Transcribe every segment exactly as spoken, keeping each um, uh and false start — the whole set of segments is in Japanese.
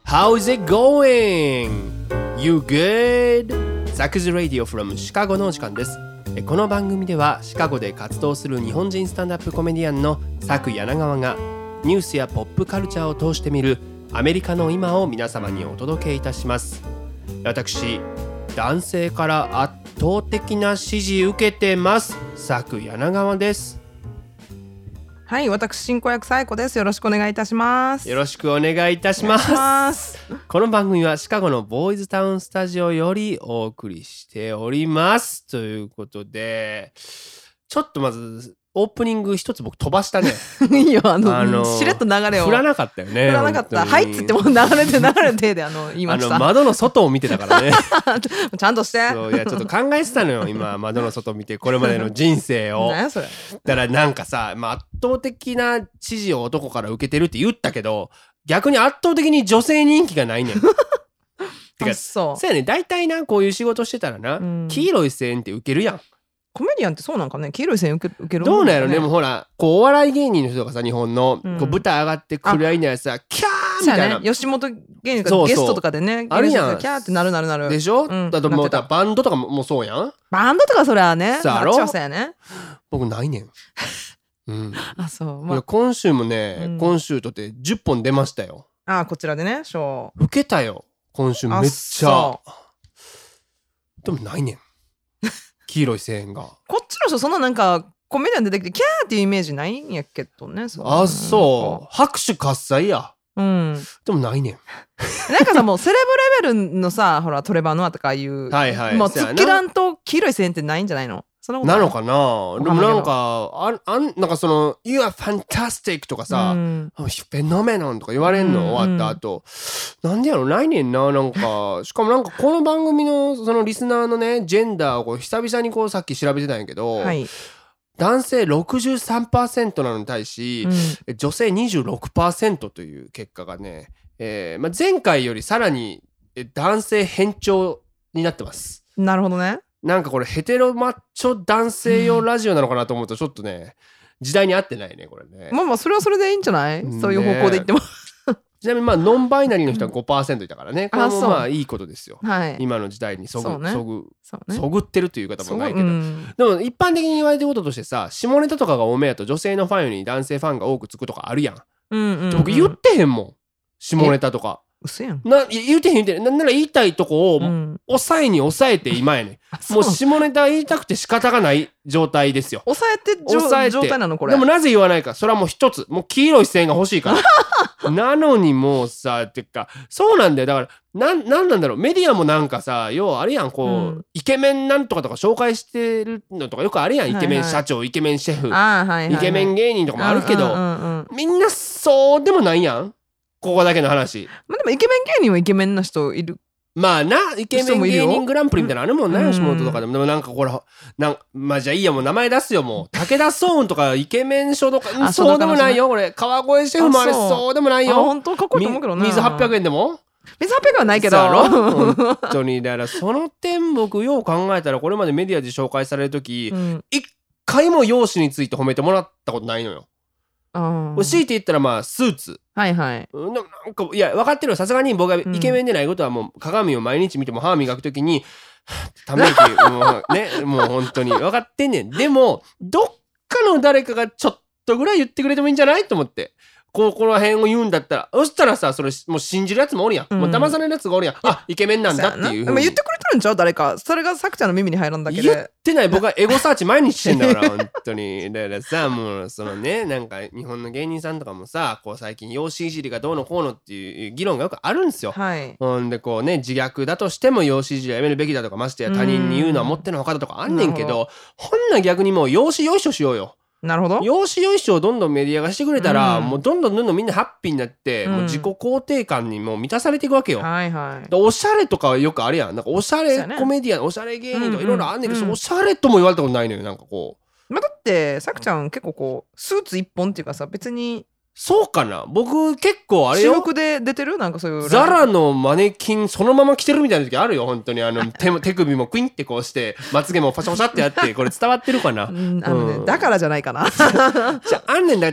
How's it going? You good? サクズ Radio from シカゴのお時間です。この番組ではシカゴで活動する日本人スタンダップコメディアンのサク柳川がニュースやポップカルチャーを通してみるアメリカの今を皆様にお届けいたします。私、男性から圧倒的な支持受けてます。サク柳川です。 はい、私進行役サイコです。よろしくお願いいたします。 よろしくお願いいたします。ますこの番組はシカゴのボーイズタウンスタジオよりお送りしておりますということで、ちょっとまずオープニング一つ僕飛ばしたね。 いいよ、あの、あのー、しれっと流れを振らなかったよね。 振らなかった。はいっつっても流れて流れてであの言いました。 あの窓の外を見てたからね。 ちゃんとして。 そういやちょっと考えてたのよ今窓の外を見てこれまでの人生を。 何やそれ。 だからなんかさ、まあ、圧倒的な支持を男から受けてるって言ったけど、逆に圧倒的に女性人気がないねん。てかそうやね、大体なこういう仕事してたらな、うん、黄色い線って受けるやん。 コメディアンってそうなんかね、黄色い線受け、受けるどうなんやろね。でもほらこうお笑い芸人の人がさ、日本の、うん、こう舞台上がってくるやいなやつさ、キャーみたいな、 ね、吉本芸人とかゲストとかでね、 あるやん、 キャーってなるなるなるでしょ、うん、だともうバンドとかもそうやん。 バンドとかそれはね、 さあろ、 そうやね、 僕ないねん。うん、 あそう、まあ、 いや今週もね、うん、今週とってじゅっぽん出ましたよ。 あこちらでね、ショー受けたよ今週めっちゃ。でもないねん黄色い声援が。 こっちの人そんななんかコメディアン出てきてキャーっていうイメージないんやけどね。そうあそう拍手喝采や。 うん、 でもないねん。 なんかさもうセレブレベルのさほらトレバーノアとかいう、 はいはい、 もうツッキランと黄色い声援ってないんじゃないの。そのことなのかな。でもなんかああんなんかその You are fantastic とかさ、うん、フェノメノンとか言われんの、うん、終わった後、うん、なんでやろないねんな。なんかしかもなんかこの番組のそのリスナーのねジェンダーをこう久々にこうさっき調べてたんやけど、はい、男性 ろくじゅうさんパーセント なのに対し、うん、女性 にじゅうろくパーセント という結果がね、えーまあ、前回よりさらに男性偏重になってます。 なるほどね。 なんかこれヘテロマッチョ男性用ラジオなのかなと思うとちょっとね時代に合ってないねこれね。 まあまあそれはそれでいいんじゃない、ね、そういう方向で言っても。 ちなみにまあノンバイナリーの人は ごパーセント いたからね、これもまあいいことですよ、はい、今の時代にそぐ、ね、そぐ、ね、そぐってるという言い方もないけど、うん、でも一般的に言われてることとしてさ、下ネタとかが多めやと女性のファンより男性ファンが多くつくとかあるやん、うんうんうん、僕言ってへんもん下ネタとか。 嘘やんな言うてへん言うてへん。なんなら言いたいとこを、うん、抑えに抑えて今やねもう下ネタ言いたくて仕方がない状態ですよ。 抑えて抑えて状態なのこれ。 でもなぜ言わないか、それはもう一つもう黄色い線が欲しいからなのにもうさってかそうなんだよ。だからな ん, なんなんだろう、メディアもなんかさ要はあれやんこう、うん、イケメンなんとかとか紹介してるのとかよくあるやん、はいはい、イケメン社長イケメンシェフ、はいはいはい、イケメン芸人とかもあるけど、うんうんうんうん、みんなそうでもないやんここだけの話。 まあでもイケメン芸人はイケメンな人いる。 まあな、イケメン芸人グランプリみたいなのあるもんな、吉本とかでも。でもなんかこれなんまあじゃあいいや、もう名前出すよ、もう武田壮雲とかイケメン書とか、うん、そうでもないよこれ。川越シェフもあれそうでもないよ。 本当かっこいいと思うけどね。 水はっぴゃくえんでも水はっぴゃくえんはないけど本当に。だからその点僕よう考えたらこれまでメディアで紹介されるとき、うん、一回も容姿について褒めてもらったことないのよ。強いて言ったらまあスーツ、 はいはい、 うん、なんかいや分かってるよ。さすがに僕がイケメンでないことはもう鏡を毎日見ても歯磨くときにため息もうねもう本当に分かってんねん。でもどっかの誰かがちょっとぐらい言ってくれてもいいんじゃないと思って、ここら辺を言うんだったら、そしたらさそれもう信じるやつもおるやん、うん、もう騙されるやつがおるやん、あイケメンなんだっていう風に言ってくれてるんちゃう誰か。それがさくちゃんの耳に入らんだけで。 言ってない。僕はエゴサーチ毎日してんだから本当に。だからさもうそのねなんか日本の芸人さんとかもさこう最近容姿いじりがどうのこうのっていう議論がよくあるんですよ、はい、ほんでこうね自虐だとしても容姿いじりはやめるべきだとか、ましてや他人に言うのはもってのほかだとかあんねんけど、ほんな逆にもう容姿よいしょしようよ。 なるほど。 容姿よいしょをどんどんメディアがしてくれたら、うん、もうどんどんどんどんみんなハッピーになって、うん、もう自己肯定感にもう満たされていくわけよ、はいはい、おしゃれとかはよくあるやん。なんかおしゃれコメディアン、ね、おしゃれ芸人とかいろいろあんねんけど、うんうん、おしゃれとも言われたことないのよ。なんかこう、まあ、だってさくちゃん結構こうスーツ一本っていうかさ、別にそうかな。僕結構あれよ、 私服で出てるなんかそういうザラのマネキンそのまま着てるみたいな時あるよ本当に。あの 手, 手首もクインってこうしてまつげもパシャパシャってやってこれ伝わってるかな、うん、 あのね、うん、だからじゃないかな。 じゃああんねんだ。じゃ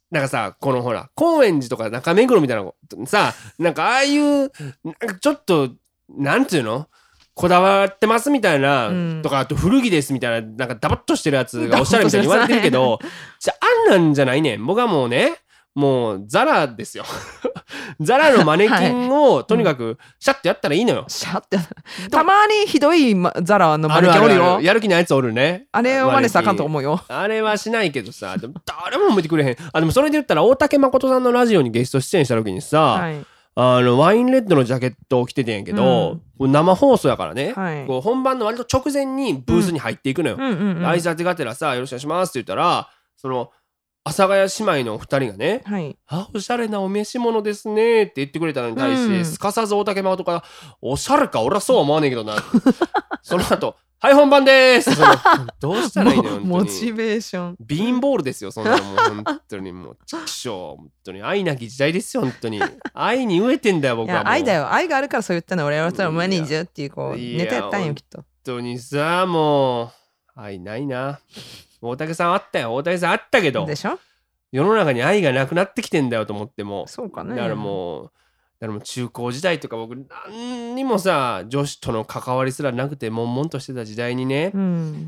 なんかさこのほら高円寺とか中目黒みたいなさなんかああいうなんかちょっとなんていうのこだわってますみたいな、うん、とかあと古着ですみたいななんかダバッとしてるやつがおしゃれみたいに言われてるけどじゃああんなんじゃないねん。僕はもうねもうザラですよザラのマネキンをとにかくシャッてやったらいいのよ、うん、 シャッてたまにひどい、ま、ザラのマネキンおるよ。 あるあるあるやる気ないやつおるね。 あれを真似したらあかんと思うよ。 あれはしないけどさでも誰も見てくれへん。あでもそれで言ったら大竹誠さんのラジオにゲスト出演した時にさ、はい、あのワインレッドのジャケットを着ててんやけど、うん、生放送やからね、はい、こう本番の割と直前にブースに入っていくのよ、うんうんうんうん、挨拶がてらさよろしくお願いしますって言ったらその阿佐ヶ谷姉妹のお二人がね、はい、あおしゃれなお召し物ですねって言ってくれたのに対して、うん、すかさず大竹誠からおしゃれか俺はそうは思わねえけどなその後はい本番でーすそのどうしたらいいのよモチベーションビーンボールですよそんなのもう本当にもうちくしょう本当に愛なき時代ですよ本当に愛に飢えてんだよ僕はもう。いや愛だよ愛があるからそう言ったの俺はそれはマネージャーっていうこうネタやったんよきっと。 本当にさもう愛ないな。大竹さんあったよ大竹さんあったけどでしょ世の中に愛がなくなってきてんだよと思ってもそうかね。 だからもうだからもう中高時代とか僕何にもさ女子との関わりすらなくて悶々としてた時代にね、うん、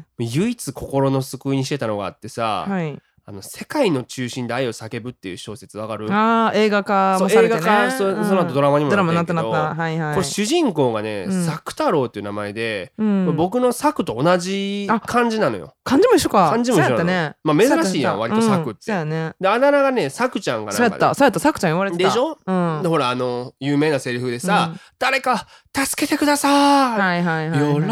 唯一心の救いにしてたのがあってさ、はい、あの世界の中心で愛を叫ぶっていう小説わかる？ あ映画化もされてね。 映画化 そ,、うん、その後ドラマにもなってんけど、 ドラマなったなった、はいはい、 これ主人公がね、うん、作太郎っていう名前で、うん、僕の作と同じ漢字なのよ。 漢字も一緒か。 漢字も一緒なの。ね、まあ珍しいやん割と作って、 うんね、 であだ名がね作ちゃんがなんか、ね、 そうやったそうやった作ちゃん言われてたでしょ、うん、でほらあの有名なセリフでさ、うん、誰か助けてください、はいはいはいはい、Your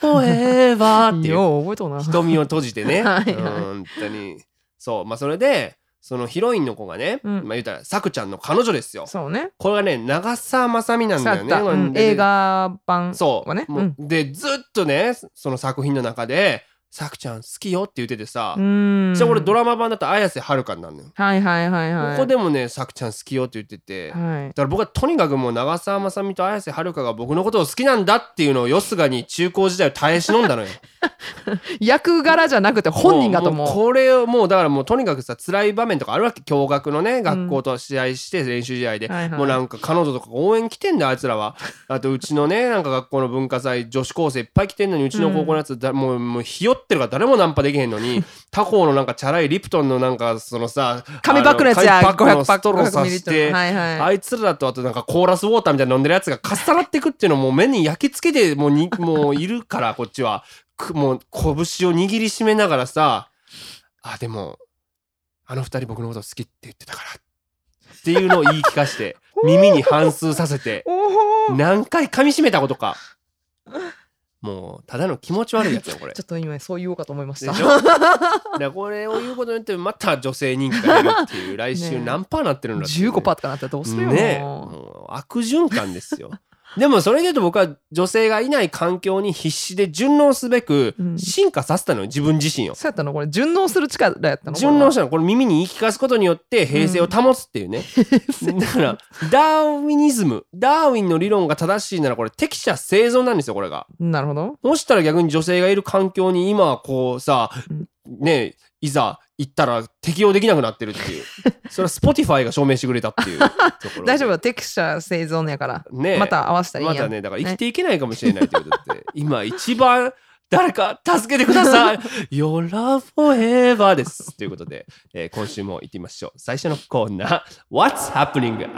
love forever っていうよう覚えとうな瞳を閉じてねはい、はい、本当にそうまあそれでそのヒロインの子がね、うん、まあ言うたらさくちゃんの彼女ですよ。 そうね。 これがね長澤まさみなんだよね、 うん、映画版はね。 そう、うん、でずっとねその作品の中でさくちゃん好きよって言っててさ、じゃあ俺ドラマ版だと綾瀬はるかになるのよ。 はいはいはいはい。 ここでもねさくちゃん好きよって言ってて、はい、だから僕はとにかくもう長澤まさみと綾瀬はるかが僕のことを好きなんだっていうのをよすがに中高時代を耐え忍んだのよ役柄じゃなくて本人がと思う。 もうこれをもうだからもうとにかくさ辛い場面とかあるわけ。共学のね学校と試合して練習試合で、うんはいはい、もうなんか彼女とか応援来てんだよあいつらは。あとうちのねなんか学校の文化祭女子高生いっぱい来てんのにうちの高校のやつだ、うん、もうもうひよってるから誰もナンパできへんのに他校のなんかチャラいリプトンのなんかそのさ紙パックのやつや紙パックのストローさして、はいはい、あいつらだとあとなんかコーラスウォーターみたいな飲んでるやつが重なってくっていうのをもう目に焼き付けてもうにもういるからこっちはもう拳を握りしめながらさあでもあの二人僕のこと好きって言ってたからっていうのを言い聞かして耳に反芻させて何回噛み締めたことか。もうただの気持ち悪いやつよこれちょっと今そう言おうかと思いました。 でしょだこれを言うことによってまた女性人気が出るっていう来週何パーなってるんだって、ね、 じゅうごパーとかなったらどうするよね。もう悪循環ですよでもそれで言うと僕は女性がいない環境に必死で順応すべく進化させたのよ、うん、自分自身を。 そうやったのこれ順応する力やったの順応したのこれ耳に言い聞かすことによって平静を保つっていうね、うん、だからダーウィニズムダーウィンの理論が正しいならこれ適者生存なんですよこれが。 なるほど。 そしたら逆に女性がいる環境に今はこうさ、うん、ねいざ行ったら適応できなくなってるっていうそれは Spotify が証明してくれたっていうところ大丈夫適者生存やから、ね、また合わせたらいいやん。 またねだから生きていけないかもしれないということで、ね、今一番誰か助けてくださいYour love forever ですということで、えー、今週も行ってみましょう。最初のコーナー What's happening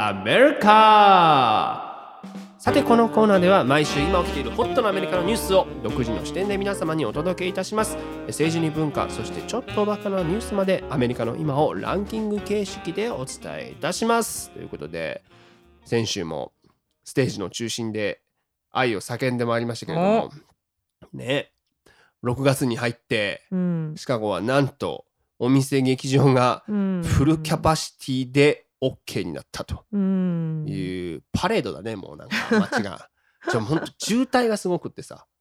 America。さてこのコーナーでは毎週今起きているホットなアメリカのニュースを独自の視点で皆様にお届けいたします。政治に文化そしてちょっとおバカなニュースまでアメリカの今をランキング形式でお伝えいたしますということで、先週もステージの中心で愛を叫んでまいりましたけれどもね、ろくがつに入って、うん、シカゴはなんとお店劇場がフルキャパシティでOK になったというパレードだね。もうなんか街がちょほんと渋滞がすごくってさ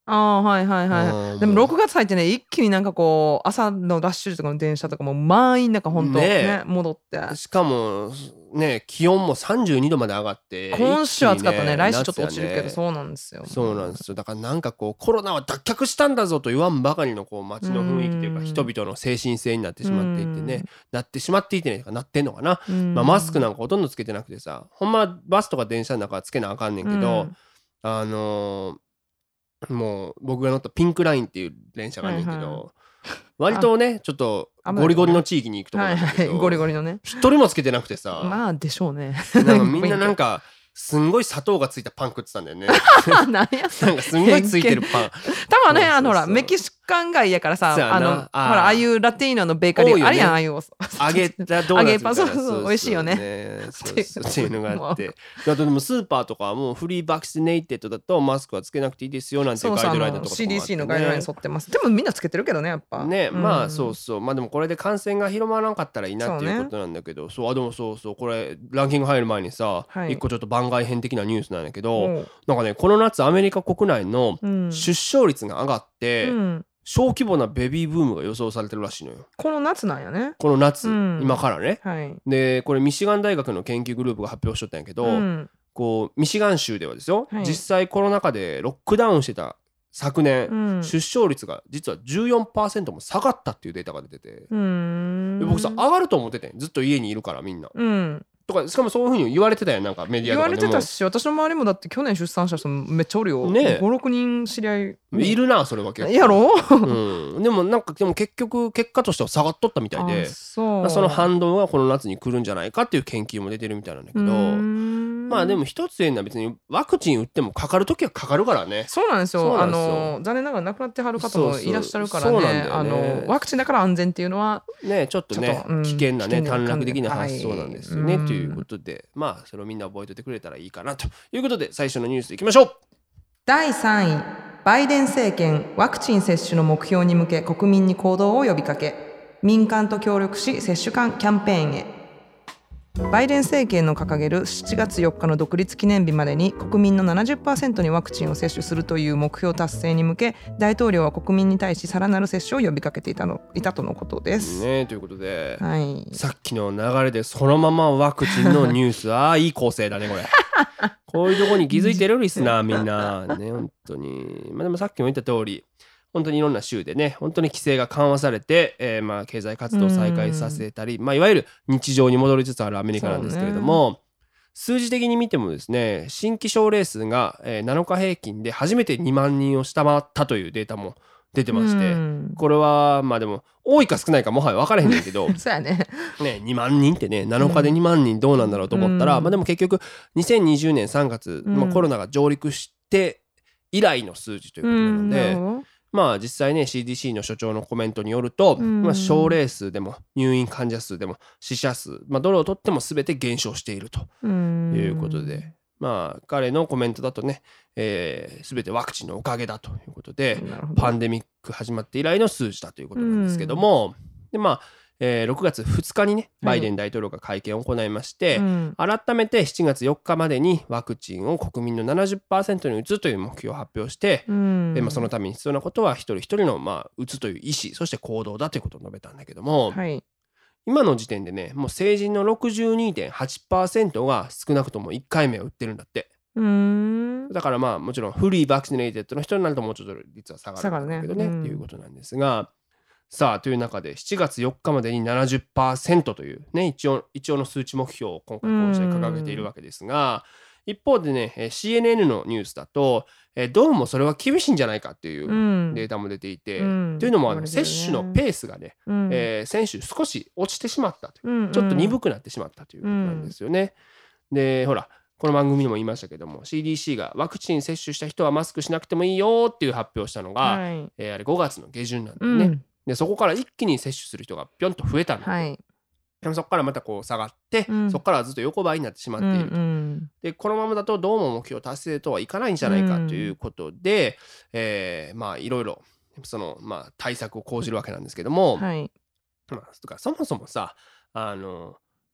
ああはいはいはい、 うんでもろくがつ入ってね一気になんかこう朝のラッシュとかの電車とかも満員なんかほんとねね戻ってしかもね気温もさんじゅうにどまで上がって今週暑かったね、 一気に来週ちょっと落ちるけど、 夏やねそうなんですよ。 そうなんですよ。だからなんかこうコロナは脱却したんだぞと言わんばかりのこう街の雰囲気というかうん人々の精神性になってしまっていてね、 うんなってしまっていてねなってんのかな、 うんまあ、マスクなんかほとんどつけてなくてさ、ほんまはバスとか電車の中はつけなあかんねんけど、 うんあのーもう僕が乗ったピンクラインっていう電車があんねんけど、 はいはい割とねちょっとゴリゴリの地域に行くとこはいなんだけど、 はいゴリゴリのね一人もつけてなくてさ、 まあでしょうねなんかみんななんかすんごい砂糖がついたパン食ってたんだよねなんやそれなんかすんごいついてるパン多分ねそうそうそうあのほらメキシカン街やからさそうやなあのほあーらああいうラティーノのベーカリー、 多いよねあれやんああいう揚げたドーナツみたいな揚げパンそうそうそう美味しいよねそうそうっていうのがあってあとでもスーパーとかはもうフリーバクシネイテッドだとマスクはつけなくていいですよなんていそううそうあガイドラインののところとかもあってシーディーシーねのガイドラインに沿ってますでもみんなつけてるけどねやっぱね、 うんまあそうそうまあでもこれで感染が広まらなかったらいいなってそうねいうことなんだけどそうあでもそうそうこれランキング入る前にさ、 はい一個ちょっと番外編的なニュースなんだけど、 おうなんかねこの夏アメリカ国内のうん出生率が上がって、 うん小規模なベビーブームが予想されてるらしいのよこの夏なんやねこの夏、 うん今からね。 はいでこれミシガン大学の研究グループが発表しとったんやけど、 うんこうミシガン州ではですよ、 はい実際コロナ禍でロックダウンしてた昨年、 うん出生率が実は じゅうよんパーセント も下がったっていうデータが出てて、 うーんで僕さ上がると思っててんずっと家にいるからみんなうんとかしかもそういうふうに言われてたやんなんかメディア言われとかでもてたし私の周りもだって去年出産した人めっちゃおるよ、 ねえごろくにん知り合いいるなそれは結構やろうん、でもなんかでも結局結果としては下がっとったみたいであそうまあその反動がこの夏に来るんじゃないかっていう研究も出てるみたいなんだけど、 うーんまあでも一つ言うのは別にワクチン打ってもかかるときはかかるからね。 そうなんですよそうなんですよあの残念ながら亡くなってはる方もそうそういらっしゃるからそうなんねあだよねのワクチンだから安全っていうのはねちょっとねちょっとうん危険なね危険な短絡的な発想なんですよね、 はいということでまあそれをみんな覚えておいてくれたらいいかなということで最初のニュースいきましょう。 だいさんいバイデン政権ワクチン接種の目標に向け国民に行動を呼びかけ民間と協力し接種キャンペーンへ。バイデン政権の掲げるしちがつよっかの独立記念日までに国民の ななじゅっパーセント にワクチンを接種するという目標達成に向け大統領は国民に対しさらなる接種を呼びかけていたのいたとのことです、 ねということで、 はい、 さっきの流れでそのままワクチンのニュースああいい構成だねこれこういうとこに気づいてるリスナーみんなね本当にまあでもさっきも言った通り本当にいろんな州でね本当に規制が緩和されて、えー、まあ経済活動を再開させたり、まあ、いわゆる日常に戻りつつあるアメリカなんですけれども、数字的に見てもですね新規症例数が、えー、なのか平均で初めてにまんにんを下回ったというデータも出てまして、 うんこれはまあでも多いか少ないかもはや分からへんねんけどそうやねね、にまんにんってねなのかでにまんにんどうなんだろうと思ったら、 うんまあ、でも結局にせんにじゅうねんさんがつ、 うんまあ、コロナが上陸して以来の数字ということなので、 うんなるほどまあ実際ね シーディーシー の所長のコメントによると、 うんまあ、症例数でも入院患者数でも死者数、まあ、どれをとっても全て減少しているとうんいうことで、まあ彼のコメントだとね、えー、全てワクチンのおかげだということでなるほどパンデミック始まって以来の数字だということなんですけども、でまあ、えーろくがつふつかにねバイデン大統領が会見を行いまして、 うん改めてしちがつよっかまでにワクチンを国民の ななじゅっパーセント に打つという目標を発表して、 うんでまあ、そのために必要なことは一人一人の、まあ、打つという意思そして行動だということを述べたんだけども、 はい今の時点でねもう成人の ろくじゅうにてんはちパーセント が少なくともいっかいめを打ってるんだって。 うーんだからまあもちろんフリーバクシネイテッドの人になるともうちょっと率は下がるんだけどね下がるねうんっていうことなんですが、さあという中でしちがつよっかまでに ななじゅっパーセント というね一応一応の数値目標を今回こうして掲げているわけですが、一方でねえー シーエヌエヌ のニュースだと、えーどうもそれは厳しいんじゃないかっていううんデータも出ていて、 うんというのもあの言われてるね接種のペースがね、 うんえー先週少し落ちてしまったという、 うんちょっと鈍くなってしまったということなんですよね。でほらこの番組でも言いましたけども シーディーシー がワクチン接種した人はマスクしなくてもいいよっていう発表したのが、 はいえーあれごがつの下旬なんだよね。 うんでそこから一気に接種する人がぴょんと増えたんだ、 はいでもそこからまたこう下がって、 うんそこからはずっと横ばいになってしまっていると、 うんうんでこのままだとどうも目標達成とはいかないんじゃないかということで、えーまあいろいろその、まあ、対策を講じるわけなんですけども、 はいまあ、とかそもそもさあの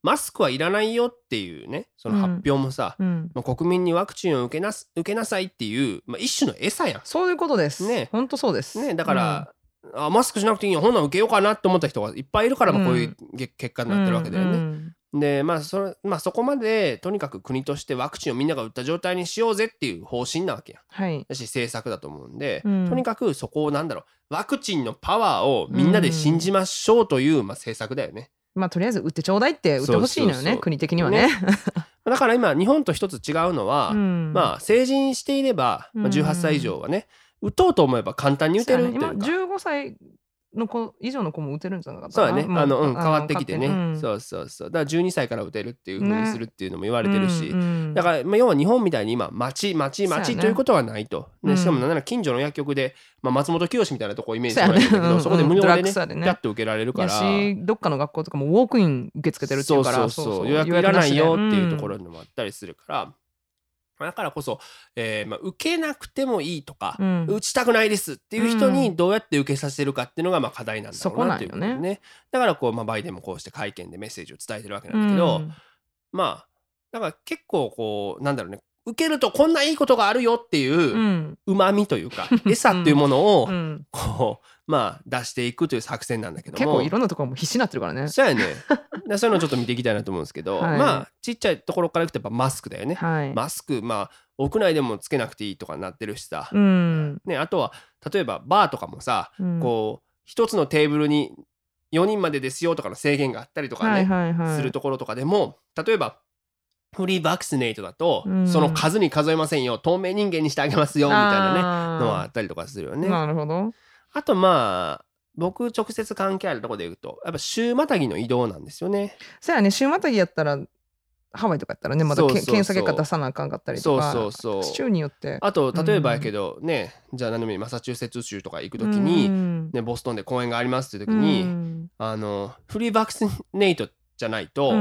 マスクはいらないよっていうねその発表もさ、 うん、 まあ、国民にワクチンを受けなす受けなさいっていう、まあ、一種の餌やん。 そういうことですね。 本当そうです、 ね、だから、うん、あマスクしなくていいよほんなら受けようかなって思った人がいっぱいいるから、まあ、こういう結果になってるわけだよね。うんうんでまあ そ, まあ、そこまでとにかく国としてワクチンをみんなが打った状態にしようぜっていう方針なわけやん、 はい、 だし政策だと思うんで、 うん、 とにかくそこをなんだろうワクチンのパワーをみんなで信じましょうという、うんまあ、政策だよね。 まあとりあえず打ってちょうだいって打ってほしいのよね。そうそうそう国的には ね, ねだから今日本と一つ違うのは、うん、まあ成人していれば、まあ、じゅうはっさい以上はね、うん、打とうと思えば簡単に打てるっていうか、 今じゅうごさいの子以上の子も打てるんじゃなかったかな。そうだねあの、うん、変わってきてね、うん、そうそうそうだからじゅうにさいから打てるっていう風にするっていうのも言われてるし、ねうんうん、だから、まあ、要は日本みたいに今町町町ということはないと、ね、しかもなんなら近所の薬局で、まあ、松本清みたいなとこをイメージしてもらえるんだけど そ,、ね、そこで無料でね、うん、ピャッと受けられるからしどっかの学校とかもウォークイン受け付けてるっていうからそうそうそう、そうそう予約いらないよっていうところにもあったりするから、うんだからこそ、えーまあ、受けなくてもいいとか、うん、打ちたくないですっていう人にどうやって受けさせるかっていうのがまあ課題なんだろうなっていうことで ね, ねだからこう、まあ、バイデンもこうして会見でメッセージを伝えてるわけなんだけど、うん、まあだから結構こうなんだろうね受けるとこんないいことがあるよっていううまみというか、うん、餌っていうものをこうまあ出していくという作戦なんだけども、 結構いろんなところも必死になってるからね。 そうやねそういうのをちょっと見ていきたいなと思うんですけど、はい、まあちっちゃいところからいくとやっぱマスクだよね、はい、マスクまあ屋内でもつけなくていいとかなってるしさ、うんね、あとは例えばバーとかもさ、うん、こう一つのテーブルによにんまでですよとかの制限があったりとかね、はいはいはい、するところとかでも例えばフリーバクシネイトだと、うん、その数に数えませんよ透明人間にしてあげますよみたいなねのはあったりとかするよね。 なるほど。 あとまあ僕直接関係あるところで言うとやっぱ週またぎの移動なんですよね。 そうやね週またぎやったらハワイとかやったらねまた検査結果出さなあかんかったりとか、そうそうそう州によってあと例えばやけど、うん、ねじゃあ何でもいいマサチューセッツ州とか行くときに、うんね、ボストンで公演がありますっていうときに、うん、あのフリーバクシネイトじゃないと、うん、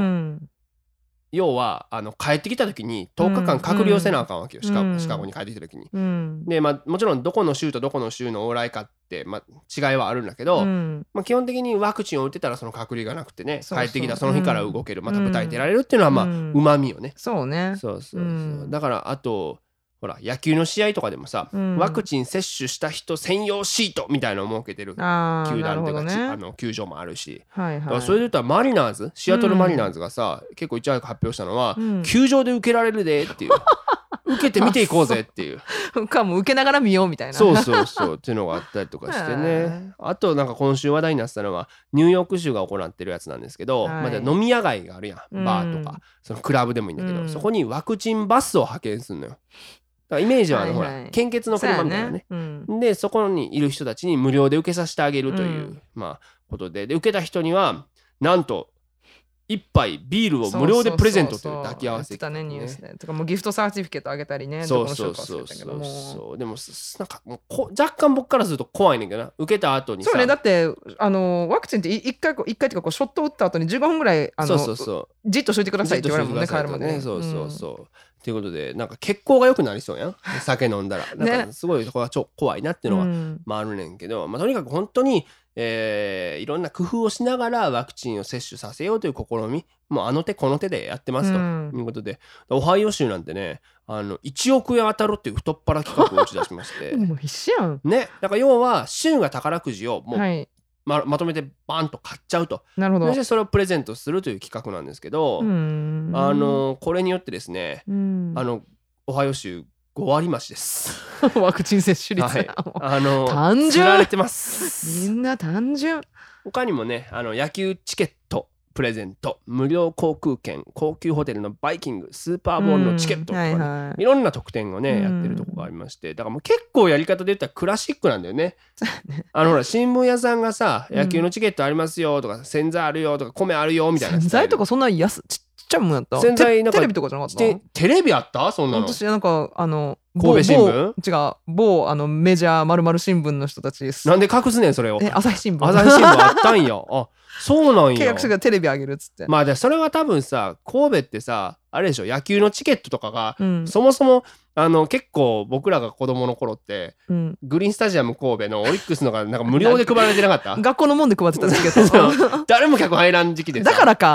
要はあの帰ってきたときにとおかかん隔離をせなあかんわけよ、うん、シカゴ、シカゴに帰ってきたときに、うん、で、まあ、もちろんどこの州とどこの州の往来かって、まあ、違いはあるんだけど、うんまあ、基本的にワクチンを打ってたらその隔離がなくてねそうそう帰ってきたその日から動ける、うん、また舞台に出られるっていうのはまあうまみよね。 そうねそうそうそう、うん、だからあとほら野球の試合とかでもさ、うん、ワクチン接種した人専用シートみたいなのを設けてる球団というか、ね、あの球場もあるし、はいはい、だからそれで言ったらマリナーズシアトルマリナーズがさ、うん、結構いち早く発表したのは、うん、球場で受けられるでっていう受けてみていこうぜっていうかも受けながら見ようみたいなそうそうそうっていうのがあったりとかしてねあとなんか今週話題になってたのはニューヨーク州が行ってるやつなんですけど、はいまだ飲み屋街があるやんバーとか、うん、そのクラブでもいいんだけど、うん、そこにワクチンバスを派遣するのよ。イメージはあの、はいはい、ほら献血の車みたいなね、うん、でそこにいる人たちに無料で受けさせてあげるという、うん、まあことで、で受けた人にはなんと一杯ビールを無料でプレゼントという抱き合わせ、 ね、ねニュースでとかもうギフトサーティフィケートあげたりねそうそうそうそうそうでもなんかもうこ若干僕からすると怖いねんけどな受けた後にさそうねだってあのワクチンって一回一回っていうかこうショット打った後にじゅうごふんぐらいあのそうそうそうじっとしといてくださいって言われるもんね帰るまでねそうそうそう、うんということでなんか血行が良くなりそうやん酒飲んだらなんかすごいそこはちょ怖いなっていうのは、ねまあ、あるねんけど、まあ、とにかく本当に、えー、いろんな工夫をしながらワクチンを接種させようという試みもうあの手この手でやってますということで、うん、オハイオ州なんてねあのいちおくえん当たるっていう太っ腹企画を打ち出しましてもう必死やんねだから要は州が宝くじをもう、はいま, まとめてバーンと買っちゃうとなるほどそしてそれをプレゼントするという企画なんですけどあのこれによってですねあのオハイオ州ごわり増しですワクチン接種率、はい、 あの単純釣られてますみんな単純他にもねあの野球チケットプレゼント無料航空券高級ホテルのバイキングスーパーボールのチケットとか、ねうんはいはい、いろんな特典をねやってるとこがありましてだからもう結構やり方で言ったらクラシックなんだよねあのほら新聞屋さんがさ野球のチケットありますよとか洗剤あるよとか米あるよみたいな洗剤とかそんな安ちっちゃいもんやった洗剤なんかテレビとかじゃなかったテレビあったそんなの私なんかあの神戸新聞違う某あのメジャー〇〇新聞の人たちですなんで隠すねんそれをえ朝日新聞朝日新聞あったんやあそうなんや契約書がテレビあげるっつってまあでそれは多分さ神戸ってさあれでしょ野球のチケットとかが、うん、そもそもあの結構僕らが子供の頃って、うん、グリーンスタジアム神戸のオリックスのがなんか無料で配られてなかった学校のもんで配ってたチケット誰も客入らん時期でさだからか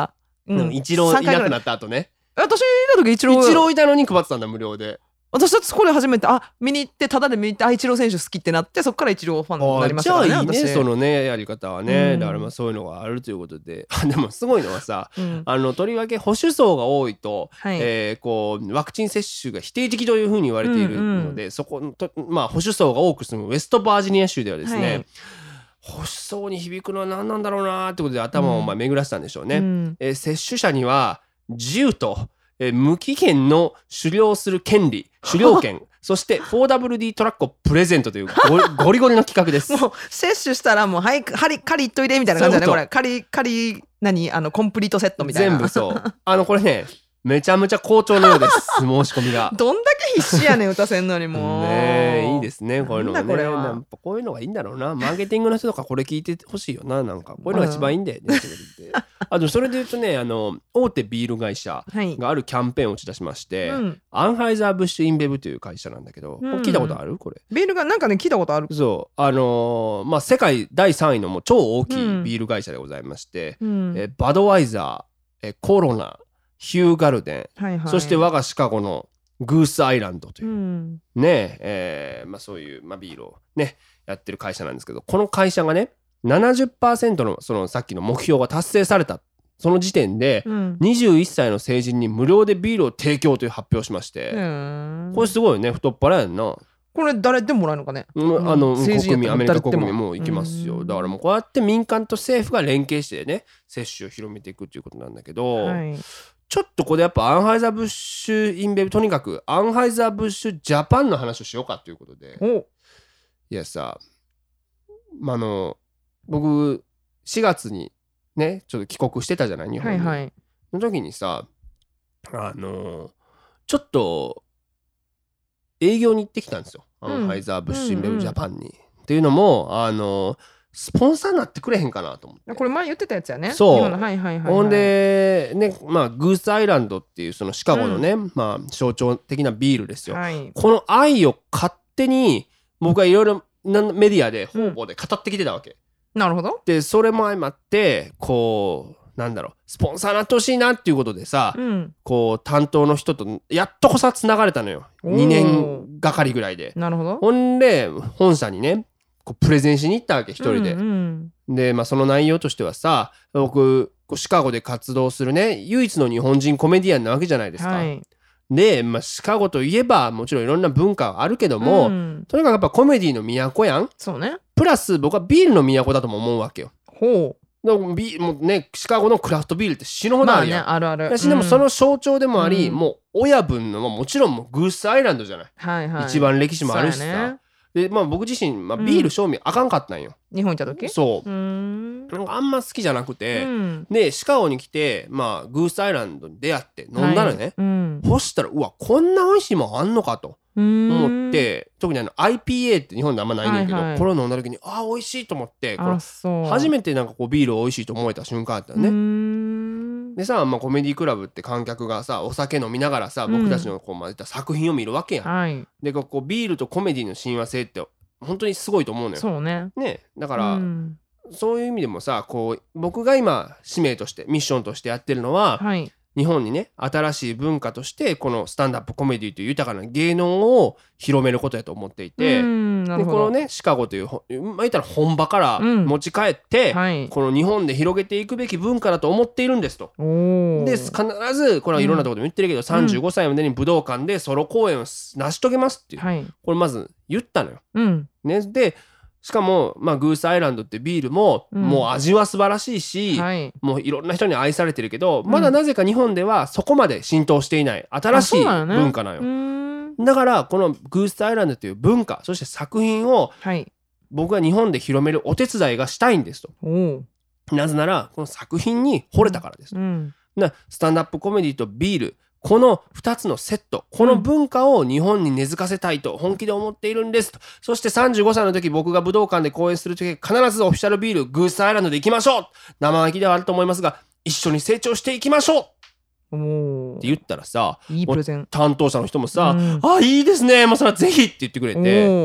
うん、 イチローいなくなった後ね。 私いた時イチローイチローいたのに配ってたんだ無料で。 私たちこれ初めてあ見に行ってタダで見に行ってあイチロー選手好きってなってそっからイチローファンになりましたからね。 じゃあいいね私そのねやり方はね、 うん、 だからまあそういうのがあるということででもすごいのはさ、 うん、 あのとりわけ保守層が多いと、 はい、 えー、こうワクチン接種が否定的というふうに言われているので、うんうん、そことまあ保守層が多く住むウェストバージニア州ではですね、はい、保守層に響くのは何なんだろうなってことで頭をまあ巡らせたんでしょうね、うんえー、接種者には銃と、えー、無期限の狩猟する権利狩猟権そして フォーダブリューディー トラックをプレゼントというゴ, ゴリゴリの企画です。 もう接種したらもうはい狩り狩りいっといでみたいな感じだね。これ狩り狩り何あのコンプリートセットみたいな。 全部そうあのこれねめちゃめちゃ好調のようです申し込みが。 どんだけ必死やねん打たせんのにもうねいいですねこういうのがね。 これはなんかこういうのがいいんだろうな。マーケティングの人とかこれ聞いてほしいよな。なんかこういうのが一番いいんだよね、うん、あとそれで言うとねあの大手ビール会社があるキャンペーンを打ち出しまして、はい、アンハイザーブッシュインベブという会社なんだけど、うん、聞いたことあるこれ。 ビールがなんかね聞いたことある。 そうあのー、まあ世界だいさんいのもう超大きいビール会社でございまして、うん、えバドワイザー、えコロナヒューガルデン、はいはい、そして我がシカゴのグースアイランドという、うん、ねえーまあ、そういう、まあ、ビールをねやってる会社なんですけどこの会社がね ななじゅっパーセント のそのさっきの目標が達成されたその時点で、うん、にじゅういっさいの成人に無料でビールを提供という発表をしまして、うん、これすごいね太っ腹やんな。 これ誰でももらえるのかね、 うん、あの国民アメリカ国民も行きますよ。だからもうこうやって民間と政府が連携してね接種を広めていくということなんだけど、はいちょっとここでやっぱアンハイザーブッシュインベブとにかくアンハイザーブッシュジャパンの話をしようかということでいやさまあ、あの僕しがつにねちょっと帰国してたじゃない日本に、はいはい、の時にさあのちょっと営業に行ってきたんですよ、うん、アンハイザーブッシュインベブジャパンに、うんうん、っていうのもあのスポンサーになってくれへんかなと思って。これ前言ってたやつやね。 そう。 はいはいはいはい、 ほんでねまあグースアイランドっていうそのシカゴのね、うん、まあ象徴的なビールですよ、はい、この愛を勝手に僕はいろいろメディアで方々で語ってきてたわけ、 うん、なるほど。 でそれも相まってこうなんだろうスポンサーになってほしいなっていうことでさ、うん、こう担当の人とやっとこさつながれたのよにねんがかりぐらいで。 なるほど。 ほんで本社にねこうプレゼンしに行ったわけ一人で、うんうん、で、まあ、その内容としてはさ僕シカゴで活動するね唯一の日本人コメディアンなわけじゃないですか、はい、で、まあ、シカゴといえばもちろんいろんな文化はあるけども、うん、とにかくやっぱコメディの都やん。 そうね。 プラス僕はビールの都だとも思うわけよ。 ほう。 でもビもうねシカゴのクラフトビールって死ぬほどあるやん、 まあね、あるある。 だしでもその象徴でもあり、うん、もう親分のもちろんもうグースアイランドじゃない、 はいはい、 一番歴史もあるしさ。でまあ、僕自身、まあ、ビール賞味あかんかったんよ、 うん、日本行った時。 そううーんなんかあんま好きじゃなくて、うん、でシカゴに来て、まあ、グースアイランドに出会って飲んだらね、はいうん、そしたらうわこんな美味しいもんあんのかと思って特にあの アイピーエー って日本であんまないねんけど、はいはい、これを飲んだ時にあー美味しいと思ってこれ初めてなんかこうビール美味しいと思えた瞬間だったよね。でさ、まあ、コメディクラブって観客がさお酒飲みながらさ僕たちのこう、まあ、作品を見るわけやん、はい、でこうビールとコメディの親和性って本当にすごいと思うのよ。 そうね。 ねだから、うん、そういう意味でもさこう僕が今使命としてミッションとしてやってるのは、はい、日本にね新しい文化としてこのスタンダップコメディという豊かな芸能を広めることやと思っていて、うんでこのねシカゴという、まあ、言ったら本場から持ち帰って、うんはい、この日本で広げていくべき文化だと思っているんですと。で必ずこれはいろんなところでも言ってるけど、うん、さんじゅうごさいまでに武道館でソロ公演を成し遂げますっていう、はい、これまず言ったのよ、うんね、でしかも、まあ、グースアイランドってビールも、うん、もう味は素晴らしいし、はい、もういろんな人に愛されてるけど、うん、まだなぜか日本ではそこまで浸透していない新しい文化なのよ。だからこのグースアイランドという文化そして作品を僕は日本で広めるお手伝いがしたいんですと、はい、なぜならこの作品に惚れたからです、うん、なスタンダップコメディとビールこのふたつのセットこの文化を日本に根付かせたいと本気で思っているんですと。そしてさんじゅうごさいの時僕が武道館で公演する時必ずオフィシャルビールグースアイランドで行きましょう。生意気ではあると思いますが一緒に成長していきましょうって言ったらさいいプレゼン担当者の人もさ、うん、あいいですねもうそれはぜひって言ってくれて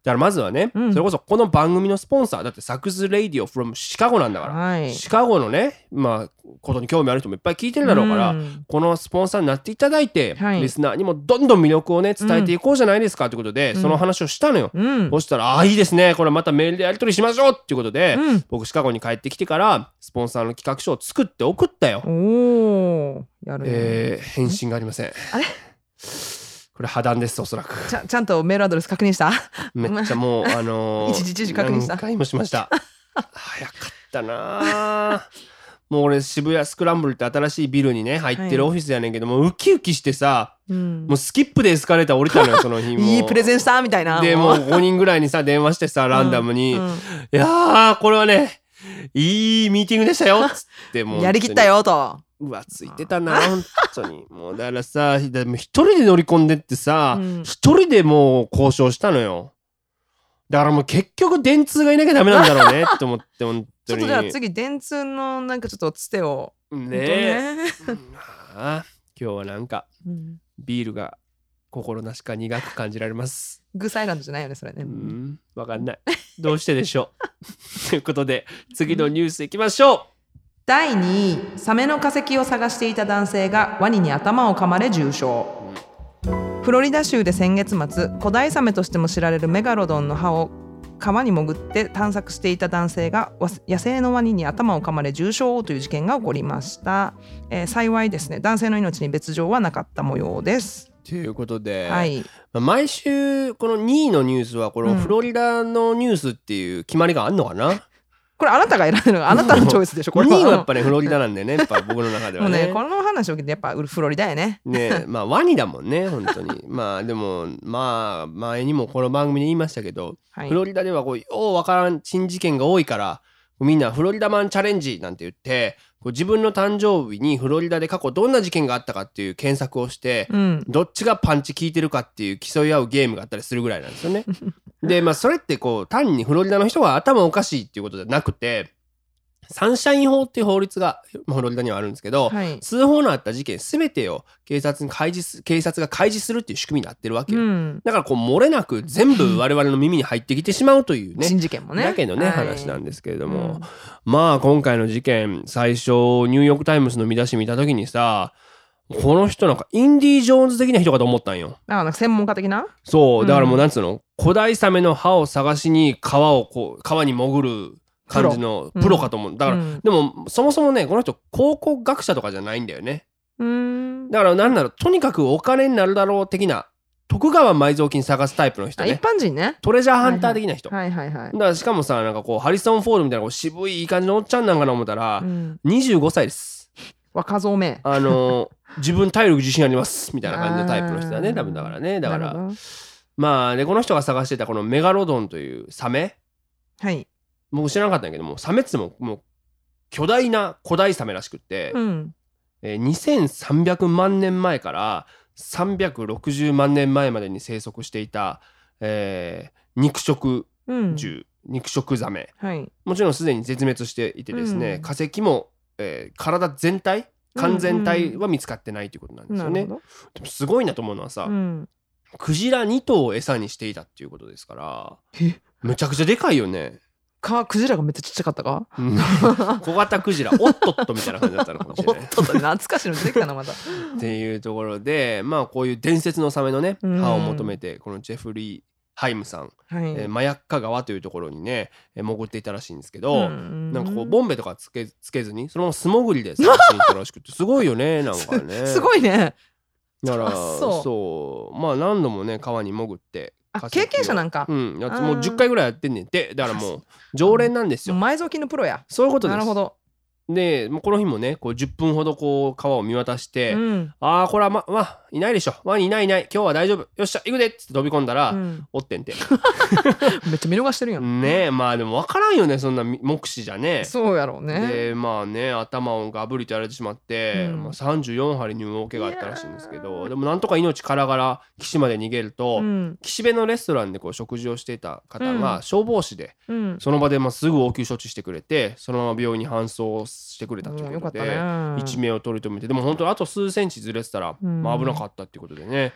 からまずはね、うん、それこそこの番組のスポンサーだってサックス・レイディオ from シカゴなんだから、はい、シカゴのね、まあ、ことに興味ある人もいっぱい聞いてるだろうから、うん、このスポンサーになっていただいて、はい、リスナーにもどんどん魅力をね伝えていこうじゃないですかということで、うん、その話をしたのよ、うん、そしたらああいいですね、これまたメールでやり取りしましょうっていうことで、うん、僕シカゴに帰ってきてからスポンサーの企画書を作って送ったよ。 おー、やるね、 えー、返信がありません。 あれこれ破談です、おそらく。 ち ゃ, ちゃんとメールアドレス確認した？ めっちゃもうあのー、 一時一時確認した。 何回もしました早かったなもう俺渋谷スクランブルって新しいビルにね入ってるオフィスやねんけど、はい、もうウキウキしてさ、うん、もうスキップでエスカレーター降りたのよその日もいいプレゼンしたみたいな。 でもうごにんぐらいにさ電話してさランダムに、うんうん、いやーこれはねいいミーティングでしたよっつってもうやりきったよとうわついてたな本当にもうだからさ一人で乗り込んでってさ一、うん、人でもう交渉したのよ。だからもう結局電通がいなきゃダメなんだろうねって思って本当に。ちょっとじゃあ次電通のなんかちょっとつてをねえ、ねあ今日はなんか、うん、ビールが心なしか苦く感じられます。 グーサイランドじゃないよねそれね。 うんわかんないどうしてでしょうということで次のニュースいきましょう。 だいにい、サメの化石を探していた男性がワニに頭を噛まれ重傷、うん、フロリダ州で先月末古代サメとしても知られるメガロドンの歯を川に潜って探索していた男性が野生のワニに頭を噛まれ重傷という事件が起こりました、えー、幸いですね男性の命に別状はなかった模様です。 ということで、 はい、 毎週このにいのニュースはこのフロリダのニュースっていう決まりがあるのかな、うん、 これあなたが選んでるのがあなたのチョイスでしょこれは。 にいはやっぱねフロリダなんでねやっぱ僕の中では ね, もうねこの話を聞いてやっぱフロリダやね。 ねまあワニだもんね本当にまあでもまあ前にもこの番組で言いましたけど、はい、フロリダではこうようわからん珍事件が多いからみんなフロリダマンチャレンジなんて言ってこう自分の誕生日にフロリダで過去どんな事件があったかっていう検索をして、うん、どっちがパンチ効いてるかっていう競い合うゲームがあったりするぐらいなんですよねでまあそれってこう単にフロリダの人が頭おかしいっていうことじゃなくてサンシャイン法っていう法律がフロリダにはあるんですけど、はい、通報のあった事件すべてを警察に開示す警察が開示するっていう仕組みになってるわけよ、うん、だからこう漏れなく全部我々の耳に入ってきてしまうというね新事件もねだけのね、はい、話なんですけれども、うん、まあ今回の事件最初ニューヨークタイムズの見出し見た時にさこの人なんかインディ・ジョーンズ的な人かと思ったんよ。 あなんか専門家的なそうだからもうなんつうの、うん、古代サメの歯を探しに川をこう川に潜る感じのプロかと思う、うん、だから、うん、でもそもそもねこの人考古学者とかじゃないんだよね。うーんだからなんだろうとにかくお金になるだろう的な徳川埋蔵金探すタイプの人ね。 一般人ねトレジャーハンター的な人、 はいはいはいはい、 だからしかもさなんかこうハリソン・フォードみたいなこう渋いいい感じのおっちゃんなんかな思ったら、うん、にじゅうごさいです。 若造めあの自分体力自信ありますみたいな感じのタイプの人だね多分だからねだからまあでこの人が探してたこのメガロドンというサメはい僕知らなかったんだけどもサメってももう巨大な古代サメらしくって、うんえー、にせんさんびゃくまんねんまえからさんびゃくろくじゅうまんねんまえまでに生息していた、えー、肉食獣、うん、肉食ザメ、はい、もちろんすでに絶滅していてですね、うん、化石も、えー、体全体完全体は見つかってないということなんですよね、うんうん、でもすごいなと思うのはさ、うん、クジラに頭を餌にしていたっていうことですからむちゃくちゃでかいよね。 かクジラがめっちゃちっちゃかったか、 うん、小型クジラおっとっとみたいな感じだったのかもしれないおっとっと懐かしいの出てきたなまたっていうところでまあこういう伝説のサメのね歯を求めてこのジェフリー・ハイムさん、はいえー、マヤッカ川というところにね潜っていたらしいんですけどんなんかこうボンベとかつけ、つけずにそのまま素潜りで探しに行ったらしくてすごいよねなんかねす, すごいねだからそうそうまあ何度もね川に潜ってあ経験者なんか、 うん、やつもうじゅっかいぐらいやってんねんってだからもう常連なんですよ。 埋蔵金のプロや。 そういうことです。 なるほど。 でもうこの日もねこうじゅっぷんほどこう川を見渡して、うん、ああこれはままあいないでしょワニいないいない今日は大丈夫よっしゃ行くでって飛び込んだら、うん、おってんてめっちゃ見逃してるやんねえまあでも分からんよねそんな目視じゃね。 そうやろうね。 でまあね頭をガブリとやられてしまって、うんまあ、さんじゅうよんはりに大怪我があったらしいんですけどでもなんとか命からがら岸まで逃げると、うん、岸辺のレストランでこう食事をしていた方が消防士で、うん、その場でまあすぐ応急処置してくれてそのまま病院に搬送してくれたということで、うん、一命を取り留めてでも本当にあと数センチずれてたら、うんまあ、危なかったっていうことでね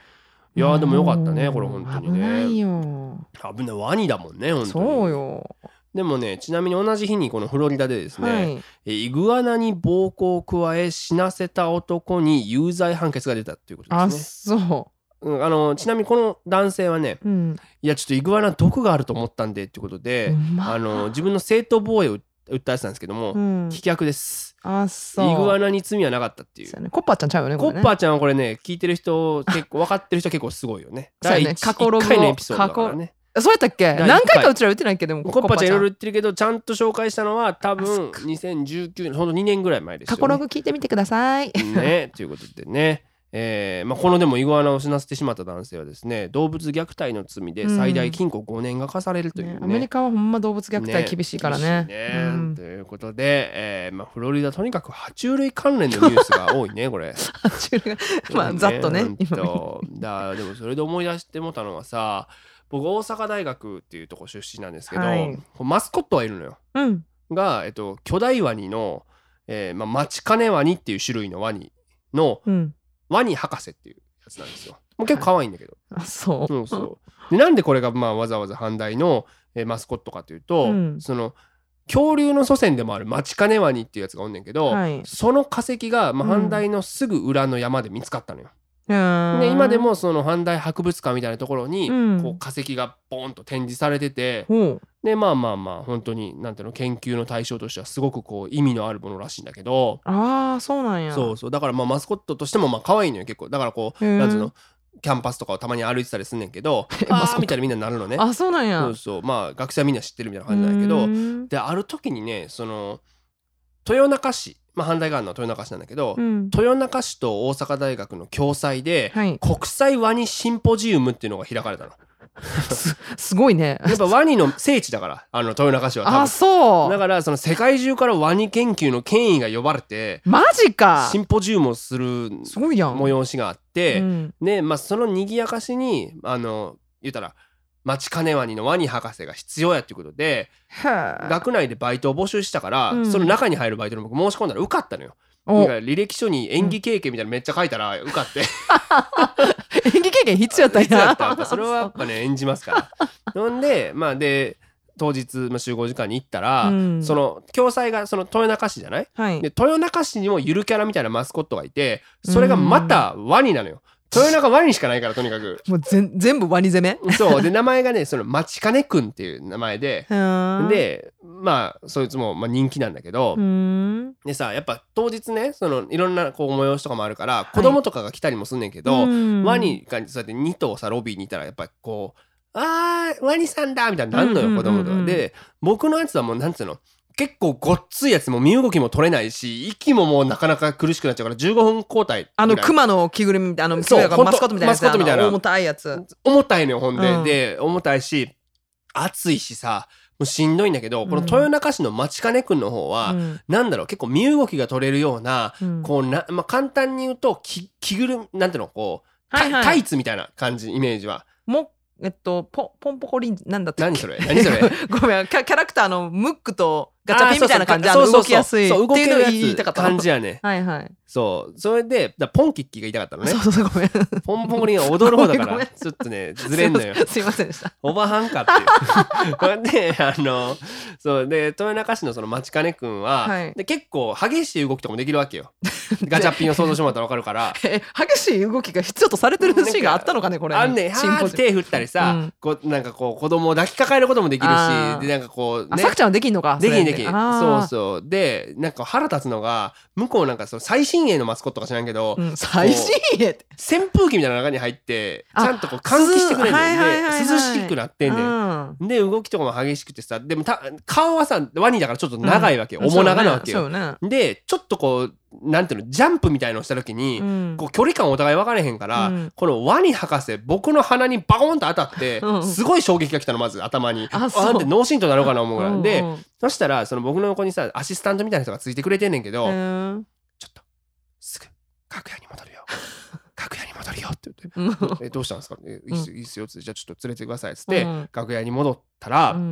いやでもよかったねこれ本当にね。 危ないよ。 危ないワニだもんね本当に。 そうよ。 でもねちなみに同じ日にこのフロリダでですね、 はい、 えイグアナに暴行を加え死なせた男に有罪判決が出たということですね。 あそう、 うん、あのちなみにこの男性はね、うん、いやちょっとイグアナ毒があると思ったんでっていうことで、まあ、あの自分の正当防衛を訴えてたんですけども、うん、棄却です。あそうイグアナに罪はなかったっていう。 ね、コッパーちゃんちゃうよねこれね。 コッパーちゃんはこれね聞いてる人結構分かってる人は結構すごいよね。 だいいち過去ログのエピソードだからね。 そうやったっけ？何回かうちら言ってないっけどもコッパーちゃんいろいろ言ってるけどちゃんと紹介したのは多分にせんじゅうきゅうねんほんとにねんぐらい前ですよね。 過去ログ聞いてみてくださいねということでね、えーまあ、このでもイグアナを死なせてしまった男性はですね動物虐待の罪で最大禁錮ごねんが課されるという、ねね、アメリカはほんま動物虐待厳しいからね。 ねね、うん、ということで、えーまあ、フロリダとにかく爬虫類関連のニュースが多いねこれ爬虫類まあざっとね今だでもそれで思い出してもたのがさ僕大阪大学っていうとこ出身なんですけど、はい、マスコットはいるのよ、うん、が、えっと、巨大ワニの、えーまあ、マチカネワニっていう種類のワニの、うん、ワニ博士っていうやつなんですよ。もう結構可愛いんだけど、 はい、あそう、 うん、そうでなんでこれがまあわざわざ阪大の、えー、マスコットかというと、うん、その恐竜の祖先でもあるマチカネワニっていうやつがおんねんけど、はい、その化石が、まあ、阪大のすぐ裏の山で見つかったのよ、うん、で今でもその阪大博物館みたいなところにこう化石がボーンと展示されてて、うん、でまあまあまあ本当になんていうの研究の対象としてはすごくこう意味のあるものらしいんだけど。 ああそうなんや。 そうそうだからまあマスコットとしてもまあ可愛いのよ結構。だからこうなんていうのキャンパスとかをたまに歩いてたりすんねんけどあーみたいなみんなになるのね。 あそうなんや。 そうそうまあ学生はみんな知ってるみたいな感じなんだけど、である時にねその豊中市まあ、阪大があるのは豊中市なんだけど、うん、豊中市と大阪大学の共催で、はい、国際ワニシンポジウムっていうのが開かれたのす, すごいね。 やっぱワニの聖地だからあの豊中市は多分。 あそうだからその世界中からワニ研究の権威が呼ばれてマジかシンポジウムをする催しがあって、うん、で、まあ、その賑やかしにあの言ったらマチカネワニのワニ博士が必要やっていうことで学内でバイトを募集したから、うん、その中に入るバイトの僕申し込んだら受かったのよ。だから履歴書に演技経験みたいなのめっちゃ書いたら受かって演技経験必要やったんや。 必要やったそれはやっぱね演じますからほんでまあで当日、まあ、集合時間に行ったら、うん、その共催がその豊中市じゃない、はい、で豊中市にもゆるキャラみたいなマスコットがいてそれがまたワニなのよ。豊中ワニしかないからとにかくもうぜ全部ワニ攻めそうで名前がねそのマチカネくんっていう名前ででまあそいつもまあ人気なんだけどでさやっぱ当日ねそのいろんなこう催しとかもあるから子供とかが来たりもすんねんけど、はい、ワニがそうやってに頭さロビーにいたらやっぱりこうあーワニさんだみたいになるのよ子供とかで僕のやつはもうなんつうの結構ごっついやつも身動きも取れないし息ももうなかなか苦しくなっちゃうからじゅうごふん交代あのクマの着ぐるみみたいなマスコットみたいなやつみたいな重たいやつ重たいのよほんで、うん、で重たいし暑いしさもうしんどいんだけど、うん、この豊中市のマチカネくんの方は、うん、なんだろう結構身動きが取れるような、うん、こうな、まあ、簡単に言うと着ぐるみなんていうのこう、はいはい、タイツみたいな感じイメージはもえっとポポンポコリンなんだったっけ。 何それ何それごめんキャ、キャラクターのムックとガチャピンみたいな感じで動きやすいっていうのを言いたかった感じやね。 はいはい。 そうそれでだポンキッキーが言いたかったのね。 そうそうごめん。 ポンポコリンは踊る方だからちょっとねずれんのよ。 すいませんでした。 おばはんかっていう。であのそうで豊中市のそのマチカネくんは、はい、で結構激しい動きとかもできるわけよ。ガチャピンを想像してもらったら分かるから。 え激しい動きが必要とされてるシーンがあったのかねこれ。 あんねんはー手振ったりさ、うん、こうなんかこう子供を抱きかかえることもできるしでなんかこうね。さくちゃんはできんのか。 できんできん。そうそう。でなんか腹立つのが向こうなんかその最新鋭のマスコットか知らんけど、 うん、最新鋭って扇風機みたいな中に入ってちゃんとこう換気してくれるんで、はいはいはいはい、涼しくなってんねん、うん、で動きとかも激しくてさでもた顔はさワニだからちょっと長いわけよ、うん、面長なわけよ、ねね、でちょっとこうなんていうのジャンプみたいのをした時に、うん、こう距離感お互い分からへんから、うん、このワニ博士僕の鼻にバコーンと当たって、うん、すごい衝撃が来たのまず頭にああなんて脳震盪なのかな思うから、うんうん、でそしたらその僕の横にさアシスタントみたいな人がついてくれてんねんけど、うん、ちょっとすぐ楽屋に戻るよ楽屋に戻るよって言ってえどうしたんですか、えいいっすよいいっすよってじゃあちょっと連れてくださいっつって、うん、楽屋に戻ったら、うん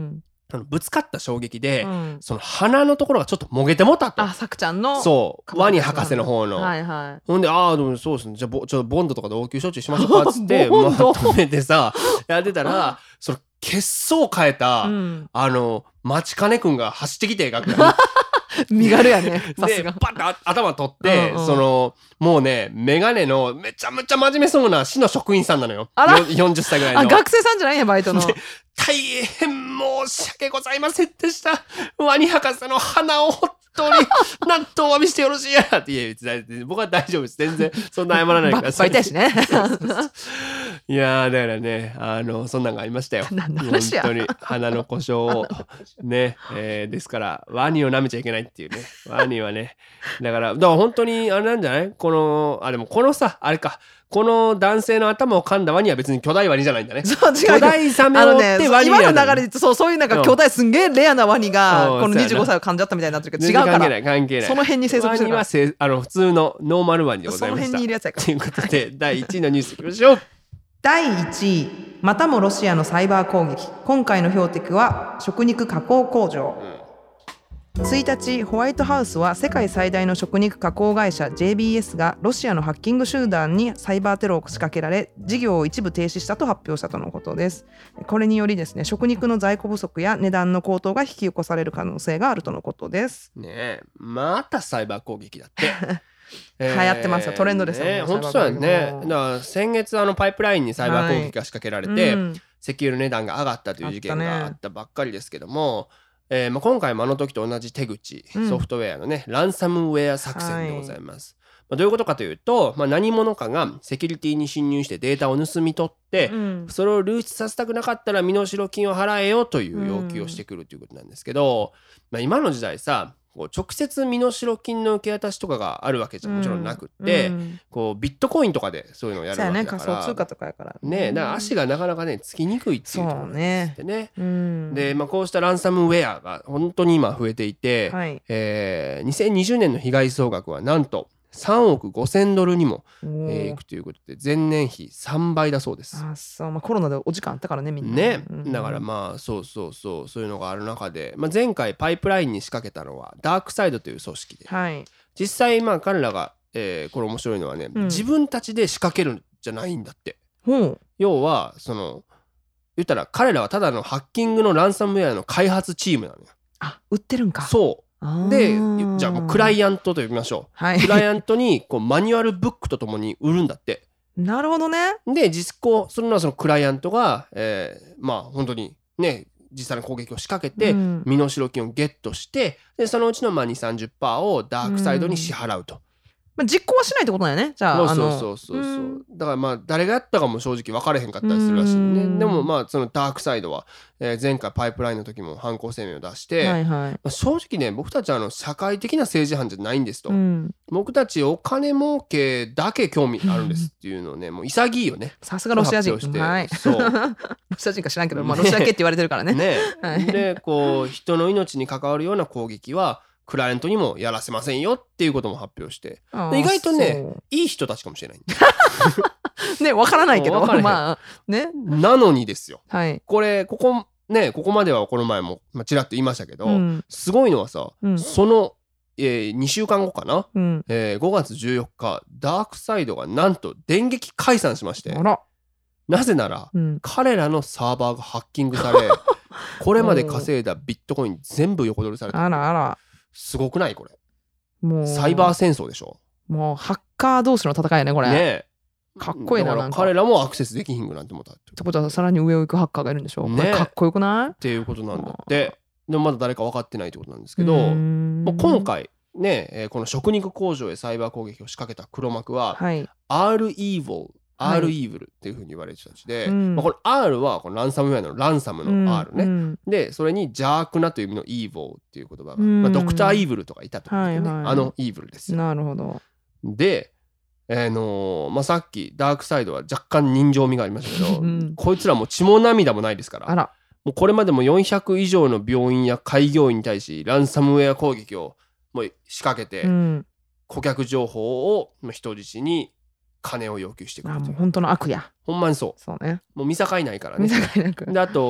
そのぶつかった衝撃で、 うん、 その鼻のところがちょっともげてもたと。 あ、さくちゃんのそうワニ博士の方の、 はいはい、 ほんでああでもそうですねじゃあちょっとボンドとかで応急処置しましょうかっつってまとめてさやってたらその血相変えた、うん、あの町金くんが走ってきて楽屋に身軽やねさすがでパッと頭取って、うんうん、そのもうねメガネのめちゃめちゃ真面目そうな市の職員さんなのよ。あらよんじゅっさいぐらいの。 あ、学生さんじゃないんやバイトの。 大変申し訳ございませんでした。ワニ博士の鼻を本当になんとお詫びしてよろしいやって言え僕は大丈夫です。全然そんな謝らないからバイトやしねいやーだからねあのそんなんがありましたよ。 何の話や。 本当に鼻の故障をね、えー、ですからワニを舐めちゃいけないっていうね。ワニはねだからだから本当にあれなんじゃないこのあでもこのさあれかこの男性の頭を噛んだワニは別に巨大ワニじゃないんだね。そう違う巨大サメを追ってワニになる、ね、 今の流れでそうそういうなんか巨大すんげえレアなワニがこのにじゅうごさいを噛んじゃったみたいになってるけど違うから関係ない関係ないその辺に生息してるからワニはあの普通のノーマルワニでございました。 その辺にいるやつやからということでだいいちいのニュースいきましょう。 だいいちいまたもロシアのサイバー攻撃。今回の標的は食肉加工工場、うんついたちホワイトハウスは世界最大の食肉加工会社 ジェイビーエス がロシアのハッキング集団にサイバーテロを仕掛けられ事業を一部停止したと発表したとのことです。これによりですね食肉の在庫不足や値段の高騰が引き起こされる可能性があるとのことですね。えまたサイバー攻撃だってえー、流行ってますよトレンドですよね。 本当そうやね。だから先月あのパイプラインにサイバー攻撃が仕掛けられて、はいうん、石油の値段が上がったという事件があったばっかりですけども、えーまあ、今回もあの時と同じ手口、うん、ソフトウェアのねランサムウェア作戦でございます、はいまあ、どういうことかというと、まあ、何者かがセキュリティに侵入してデータを盗み取って、うん、それを流出させたくなかったら身代金を払えよという要求をしてくるということなんですけど、うんまあ、今の時代さこう直接身代金の受け渡しとかがあるわけじゃもちろんなくって、うん、こうビットコインとかでそういうのをやるわけだから、 そうやね、仮想通貨とかやからね、だから足がなかなかねつきにくいっていうところなんですってね。 そうね、うん、 で、まあ、こうしたランサムウェアが本当に今増えていて、はいえー、にせんにじゅうねんの被害総額はなんとさんおくごせんドルにもいく、えー、ということで前年比さんばいだそうです。 あそう、まあ、コロナでお時間あったからねみんなね、うん、だからまあそうそうそうそういうのがある中で、まあ、前回パイプラインに仕掛けたのはダークサイドという組織で、はい、実際まあ彼らが、えー、これ面白いのはね、うん、自分たちで仕掛けるんじゃないんだって、うん、要はその言ったら彼らはただのハッキングのランサムウェアの開発チームなのよ。 あ、売ってるんか。 そうでじゃあもうクライアントと呼びましょう、はい、クライアントにこうマニュアルブックとともに売るんだって。 なるほどね。 で実行するのはそのクライアントが、えー、まあ本当にね実際の攻撃を仕掛けて、うん、身代金をゲットしてでそのうちのまあ にじゅう、さんじゅっパーセント をダークサイドに支払うと、うんまあ、実行はしないってことだよね。じゃあそうそうそうそうそう、うん、だからまあ誰がやったかも正直分かれへんかったりするらしいね。でもまあそのダークサイドは、えー、前回パイプラインの時も犯行声明を出して、はいはいまあ、正直ね僕たちはあの社会的な政治犯じゃないんですと、うん、僕たちお金儲けだけ興味あるんですっていうのをねもう潔いよね。 さすがロシア人。はい、そうロシア人か知らんけど、まあ、ロシア系って言われてるからね。 ね、はい、でこう人の命に関わるような攻撃はクライアントにもやらせませんよっていうことも発表して意外とねいい人たちかもしれないね分からないけどまあねなのにですよ、 はい、 これここねここまではこの前も、まあ、ちらっと言いましたけど、うん、すごいのはさ、うん、その、えー、にしゅうかんごかな、うんえー、ごがつじゅうよっかダークサイドがなんと電撃解散しまして、あらなぜなら、うん、彼らのサーバーがハッキングされこれまで稼いだビットコイン全部横取りされた。 あらあらすごくないこれ。もうサイバー戦争でしょ。 もうハッカー同士の戦いやねこれ。 ねかっこいいな。なんか彼らもアクセスできひんくなんて思ったってってことはさらに上を行くハッカーがいるんでしょ、ね、これかっこよくないっていうことなんだって。でもまだ誰か分かってないってことなんですけどもう今回ね、えー、この食肉工場へサイバー攻撃を仕掛けた黒幕は、はい、R Evil R イーブルっていう風に言われる人たちで、はいまあ、この R はこのランサムウェアのランサムの R ね、うん、でそれに邪悪なという意味の Evil っていう言葉が、うんまあ、ドクターイーブルとかいたと思うんですよね、はいはい、あのイーブルですよ。 なるほど。 で、えーのーまあ、さっきダークサイドは若干人情味がありましたけど、うん、こいつらも血も涙もないですから。 あらもうこれまでもよんひゃく以上の病院や開業医に対しランサムウェア攻撃をもう仕掛けて、うん、顧客情報を人質に金を要求してくる。 あもう本当の悪や。 ほんまにそう。 そうね。 もう見境ないからね。 見境なく。 であと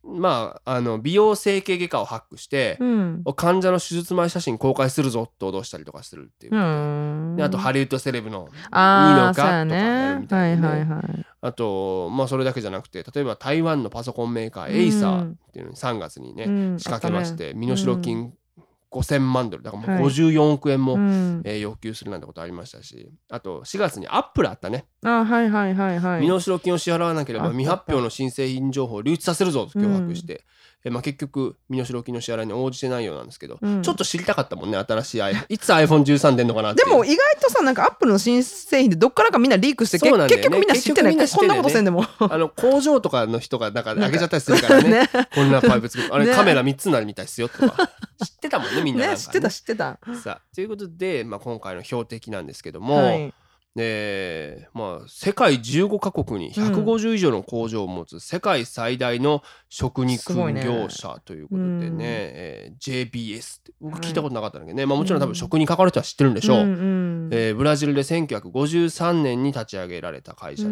まあ、あの美容整形外科をハックして、うん、患者の手術前写真公開するぞって脅したりとかするっていう、うん、であとハリウッドセレブのいいのかとかやるみたいな、ね、はいはいはい、あと、まあ、それだけじゃなくて例えば台湾のパソコンメーカー、うん、エイサーっていうのにさんがつにね、うん、仕掛けまして、ね、身代金ごせんまんドルだからもうごじゅうよんおくえんも、はい、えー、要求するなんてことありましたし、あとしがつにアップルあったね。 あ、はいはいはいはい、 身代金を支払わなければ未発表の新製品情報を流出させるぞと脅迫して、うん、えまあ、結局身代金の支払いに応じてないようなんですけど、うん、ちょっと知りたかったもんね、新しい iPhone いつ アイフォンじゅうさん 出んのかなって。 でも意外とさ、なんかアップルの新製品でどっからかみんなリークして、ね、結局みんな知ってない、ね、こんなことせんでもあの工場とかの人がなんか上げちゃったりするからねね、こんなパイプ作るあれ、ね、カメラみっつになるみたいですよとか知ってたもんねみんな、ね、 ね、知ってた知ってた。 さあということで、まあ、今回の標的なんですけども、はい、えーまあ、世界じゅうごかこくにひゃくごじゅう以上の工場を持つ世界最大の食肉業者ということでね、ね、えー、ジェイビーエス って僕聞いたことなかったんだけどね、はい、まあ、もちろん多分食に関わる人は知ってるんでしょう、うんうん、えー、ブラジルでせんきゅうひゃくごじゅうさんねんに立ち上げられた会社で、うん、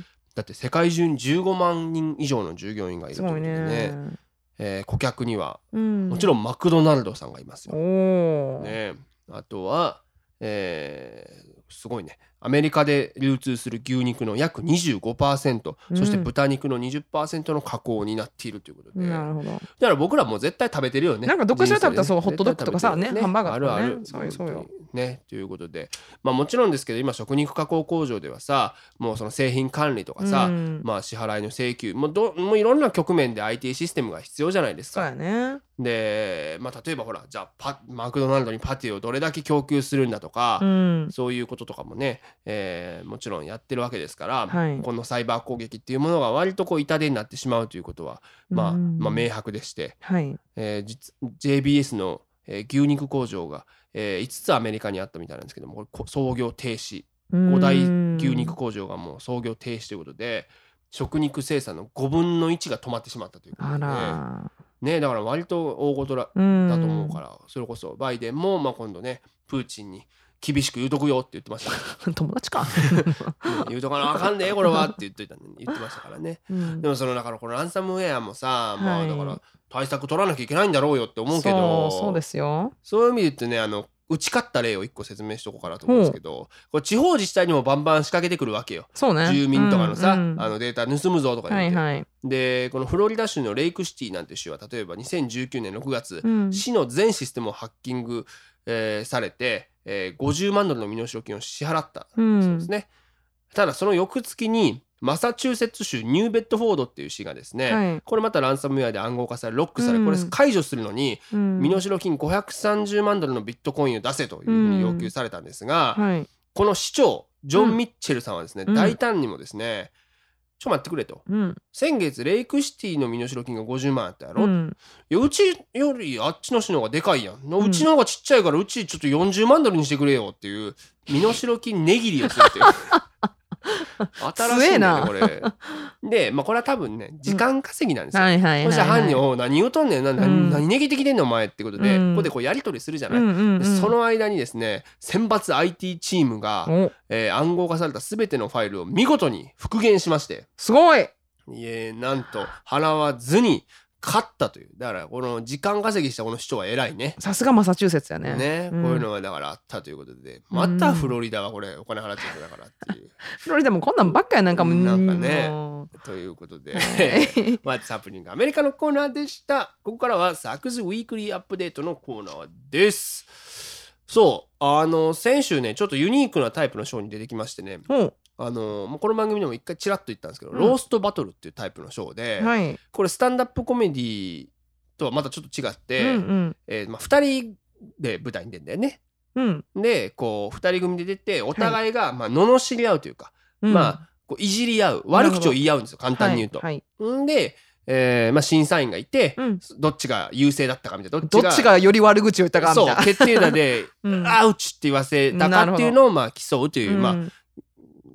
だって世界中にじゅうごまんにん以上の従業員がいるということでね、えー、顧客には、うん、もちろんマクドナルドさんがいますよ、ね、あとは、えー、すごいね、アメリカで流通する牛肉の約 にじゅうごパーセント、うん、そして豚肉の にじゅっパーセント の加工になっているということで、なるほど。だから僕らも絶対食べてるよね。 なんかどっかしら食べたらそうホットドッグとかさ、ね、ハンバーガーとかね、 あるある、そうよそうよね、ということで、まあ、もちろんですけど今食肉加工工場ではさ、もうその製品管理とかさ、うん、まあ、支払いの請求もどもういろんな局面で アイティー システムが必要じゃないですか。 そうやね。 で、まあ、例えばほらじゃあパマクドナルドにパティをどれだけ供給するんだとか、うん、そういうこととかもね、えー、もちろんやってるわけですから、はい、このサイバー攻撃っていうものが割とこう痛手になってしまうということは、まあまあ、明白でして、はい、えー、実 ジェイビーエス の、えー、牛肉工場が、えー、いつつアメリカにあったみたいなんですけども、これ操業停止、ごだい牛肉工場がもう操業停止ということで食肉生産のごぶんのいちが止まってしまったということで、ね、あらね、だから割と大事だと思うから、それこそバイデンもまあ今度ねプーチンに厳しく言うとくよって言ってました、ね、 友達か言うとかなあかんねえこれはって言っといた言ってましたからね、うん、でもその中のこのランサムウェアもさ、はい、まあだから対策取らなきゃいけないんだろうよって思うけど、 そう、そうですよ。 そういう意味で言ってね、あの打ち勝った例をいっこ説明しとこうかなと思うんですけど、これ地方自治体にもバンバン仕掛けてくるわけよ。そうね、住民とかのさ、うんうん、あのデータ盗むぞとか言って、はいはい、でこのフロリダ州のレイクシティなんて州は例えばにせんじゅうきゅうねんろくがつ、うん、市の全システムをハッキング、えー、されて、えー、ごじゅうまんドルの身代金を支払った、うん、そうですね。ただその翌月にマサチューセッツ州ニューベッドフォードっていう市がですね、はい、これまたランサムウェアで暗号化されロックされ、うん、これ解除するのに、うん、身代金ごひゃくさんじゅうまんドルのビットコインを出せというふうに要求されたんですが、うんはい、この市長ジョン・ミッチェルさんはですね、うん、大胆にもですね、ちょっと待ってくれと、うん、先月レイクシティの身代金がごじゅうまんあったやろ、うん、いやうちよりあっちの市の方がでかいやん、うちの方がちっちゃいからうちちょっとよんじゅうまんドルにしてくれよっていう身代金値切りをするっていう新しいんだよねこれで、まあ、これは多分ね時間稼ぎなんですよ、うんはいはいはいはい、そしたら犯人を何言うとんねん、何、うん、何値切ってきてんのお前ってことで、うん、ここでこうやり取りするじゃない、うんうんうん、その間にですね選抜 アイティー チームが、えー、暗号化された全てのファイルを見事に復元しまして、 すごい、 いえなんと払わずに勝ったという。だからこの時間稼ぎしたこの市長は偉いね。 さすがマサチューセッツやね。 ね、うん、こういうのがだからあったということで、またフロリダはこれお金払っちゃったからっていう。 フロリダもこんなんばっかやなんかもなんかね。ということで、What's Happening アメリカのコーナーでした。ここからはサクズウィークリーアップデートのコーナーです。そう、あの先週ねちょっとユニークなタイプのショーに出てきましてね。うんあのこの番組でも一回チラッと言ったんですけど、うん、ローストバトルっていうタイプのショーで、はい、これスタンダップコメディとはまたちょっと違って、うんうんえーまあ、ふたりで舞台に出るんだよね、うん、でこうふたり組で出てお互いが、はいまあ、罵り合うというか、うん、まあこういじり合う悪口を言い合うんですよ簡単に言うと、はいはい、んでえーまあ、審査員がいて、うん、どっちが優勢だったかみたいなどっちが、 どっちがより悪口を言ったかみたいなそう決定打で、うん、アウチって言わせたかっていうのをまあ競うという、うん、まあ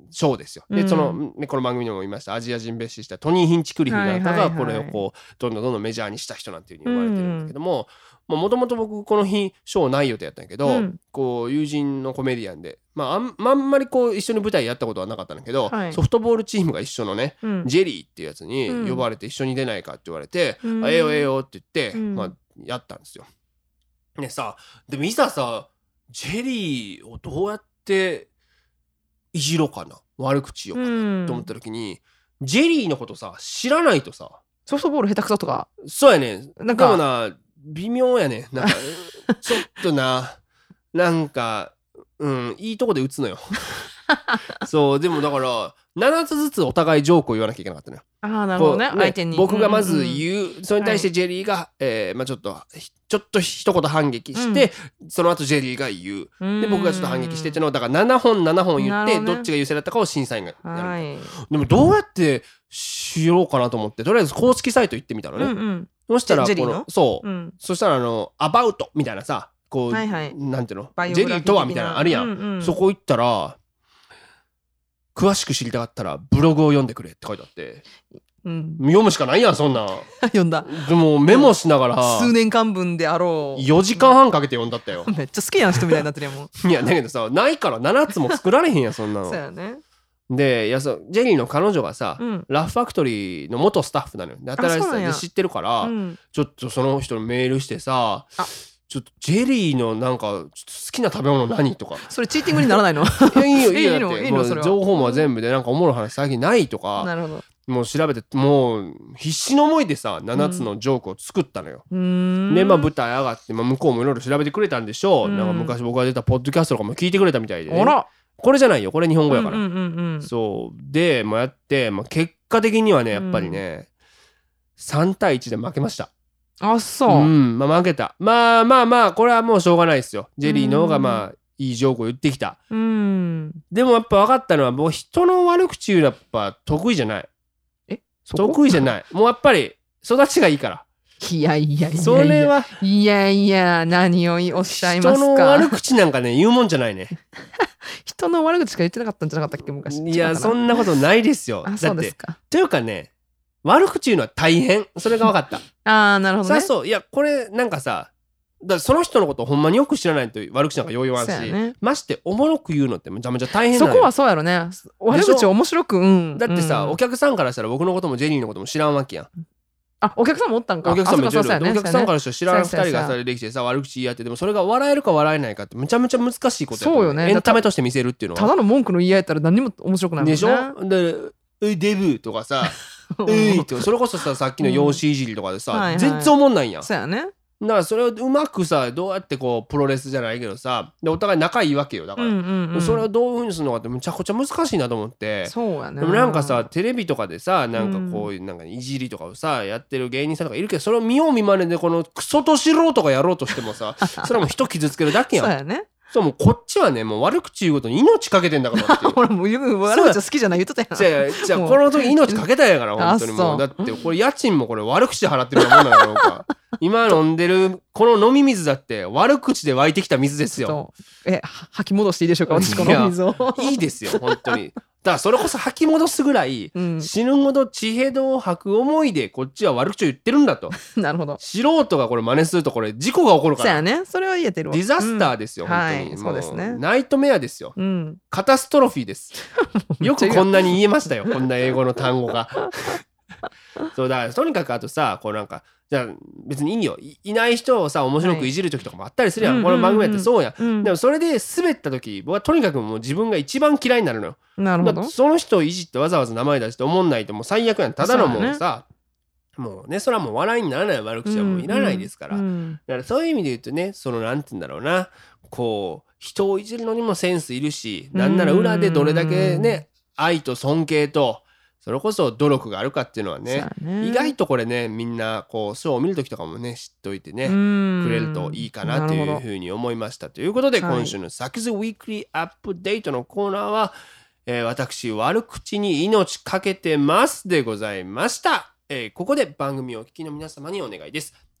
ショーですよ。で、 うん、 その、ね、この番組でも言いましたアジア人蔑視したトニー・ヒンチクリフなんかがこれをこうどんどんどんどんメジャーにした人なんていう風に言われてるんだけども、もともと僕この日ショーない予定やったんやけど、うん、こう友人のコメディアンで、まあ、あん、あんまりこう一緒に舞台やったことはなかったんだけど、はい、ソフトボールチームが一緒のね、うん、ジェリーっていうやつに呼ばれて一緒に出ないかって言われて、うん、あええよええよって言って、うん、まあ、やったんですよ。ねさ、でもいざさジェリーをどうやっていじろうかな、悪口をかなと思った時に、ジェリーのことさ知らないとさ、 ソフトボール下手くそとか、 そうやね、なんかでもな微妙やね、なんかちょっとななんかうんいいとこで打つのよそうでもだからななつずつお互いジョークを言わなきゃいけなかったのよ。 ああ、なるほどね、相手に僕がまず言う、うんうん、それに対してジェリーが、はい、えーまあ、ちょっとちょっと一言反撃して、うん、その後ジェリーが言う、うん、で僕がちょっと反撃してっていうのをだからななほんななほん言って、ね、どっちが優勢だったかを審査員がやる、はい、でもどうやってしようかなと思ってとりあえず公式サイト行ってみたのね、うんうん、そしたらこのそう、うん、そしたらあのアバウトみたいなさこう、はいはい、なんていうのジェリーとはみたいなのあるやん、うんうん、そこ行ったら詳しく知りたかったらブログを読んでくれって書いてあって、うん、読むしかないやんそんなん読んだ。 でもメモしながら数年間分であろうよじかんはんかけて読んだったよめっちゃ好きやん人みたいになってるやんもんいやだけどさないからななつも作られへんやんそんなのそうやね。 でいやそうジェリーの彼女がさ、うん、ラフファクトリーの元スタッフなのよ。で新しさで知ってるから、うん、ちょっとその人にメールしてさ、ちょっとジェリーのなんかちょっと好きな食べ物何とかそれチーティングにならないの？いやいいよいいよいいのいいのそれは情報も全部でなんかおもろい話最近ないとか、 なるほど、 もう調べてもう必死の思いでさななつのジョークを作ったのよ、うん、でまあ舞台上がって、まあ、向こうもいろいろ調べてくれたんでしょう、うん、なんか昔僕が出たポッドキャストとかも聞いてくれたみたいで、ね、 あらこれじゃないよこれ日本語やから、 うんうんうんうん、 そうで、まあ、やって、まあ、結果的にはねやっぱりね、うん、さんたいいちで負けました。 あそう、 うんまあ、負けた。まあまあまあこれはもうしょうがないですよ。ジェリーの方がまあいいジョークを言ってきた。うんでもやっぱ分かったのはもう人の悪口言うのやっぱ得意じゃない。 え得意じゃない。もうやっぱり育ちがいいから。 いやいやいやいやそれはいやいや何をおっしゃいますか。 人の悪口なんかね言うもんじゃないね人の悪口しか言ってなかったんじゃなかったっけ昔。 いやそんなことないですよ。 あそうですか。 というかね悪口言うのは大変。それが分かったああなるほどね。 さそういやこれなんかさだからその人のことをほんまによく知らないと悪口なんかよう言わんし、ね、ましておもろく言うのってめちゃめちゃ大変なのよ。 そこはそうやろね。悪口を面白く、うん、 だってさ、うん、お客さんからしたら僕のこともジェリーのことも知らんわけやん。 あお客さんもおったんか。 お客さんもいる、ね、お客さんからしたら知らんふたりがさできてさ悪口言い合って、でもそれが笑えるか笑えないかってめちゃめちゃ難しいことや。そうよね。エンタメとして見せるっていうのはただの文句の言い合いやったら何も面白くないもんね。 でしょ。でデブーとかさえいってそれこそささっきの容姿いじりとかでさ、うんはいはい、全然おもんないやん。 そうやね。 だからそれをうまくさどうやってこうプロレスじゃないけどさでお互い仲いいわけよ。だから、うんうんうん、それをどういう風にするのかってむちゃくちゃ難しいなと思って。 そうやね。 でもなんかさテレビとかでさなんかこういうなんかいじりとかをさやってる芸人さんとかいるけどそれを見よう見まねでこのクソと素人がやろうとしてもさそれはもう人傷つけるだけやん。 そうやね。 そうもうこっちはねもう悪口言うことに命かけてんだからっていう俺もう悪口好きじゃない言っとったやん。 じゃあじゃあこの時命かけたんやから本当にもうだってこれ家賃もこれ悪口で払ってるようなもんだから僕は今飲んでるこの飲み水だって悪口で湧いてきた水ですよ。 え吐き戻していいでしょうか私この水を。 いいですよ本当に。だからそれこそ吐き戻すぐらい、うん、死ぬほど血へどを吐く思いでこっちは悪口を言ってるんだと。 なるほど。 素人がこれ真似するとこれ事故が起こるから。 そうやね。それは言えてるわ。 ディザスターですよ、うん、本当に、 はい、そうですね。 ナイトメアですよ、うん、カタストロフィーですよくこんなに言えましたよこんな英語の単語がそうだからとにかくあとさこうなんかじゃあ別にいいよ い, いない人をさ面白くいじる時とかもあったりするやん、はい、この番組やってそうやん、うんうんうん、でもそれで滑った時僕はとにかくもう自分が一番嫌いになるのよ。 なるほど。 その人をいじってわざわざ名前出して思んないともう最悪やん。ただのもうさもうねそれはもう笑いにならない悪口はもういらないですから、うんうん、だからそういう意味で言うとねそのなんて言うんだろうなこう人をいじるのにもセンスいるし、なんなら裏でどれだけね愛と尊敬とそれこそ努力があるかっていうのは ね, ね意外とこれねみんなこうショーを見るときとかもね知っといてねくれるといいかなというふうに思いましたということで、今週のサクズウィークリーアップデートのコーナーは、えー、私悪口に命かけてますでございました。えー、ここで番組をお聞きの皆様にお願いです。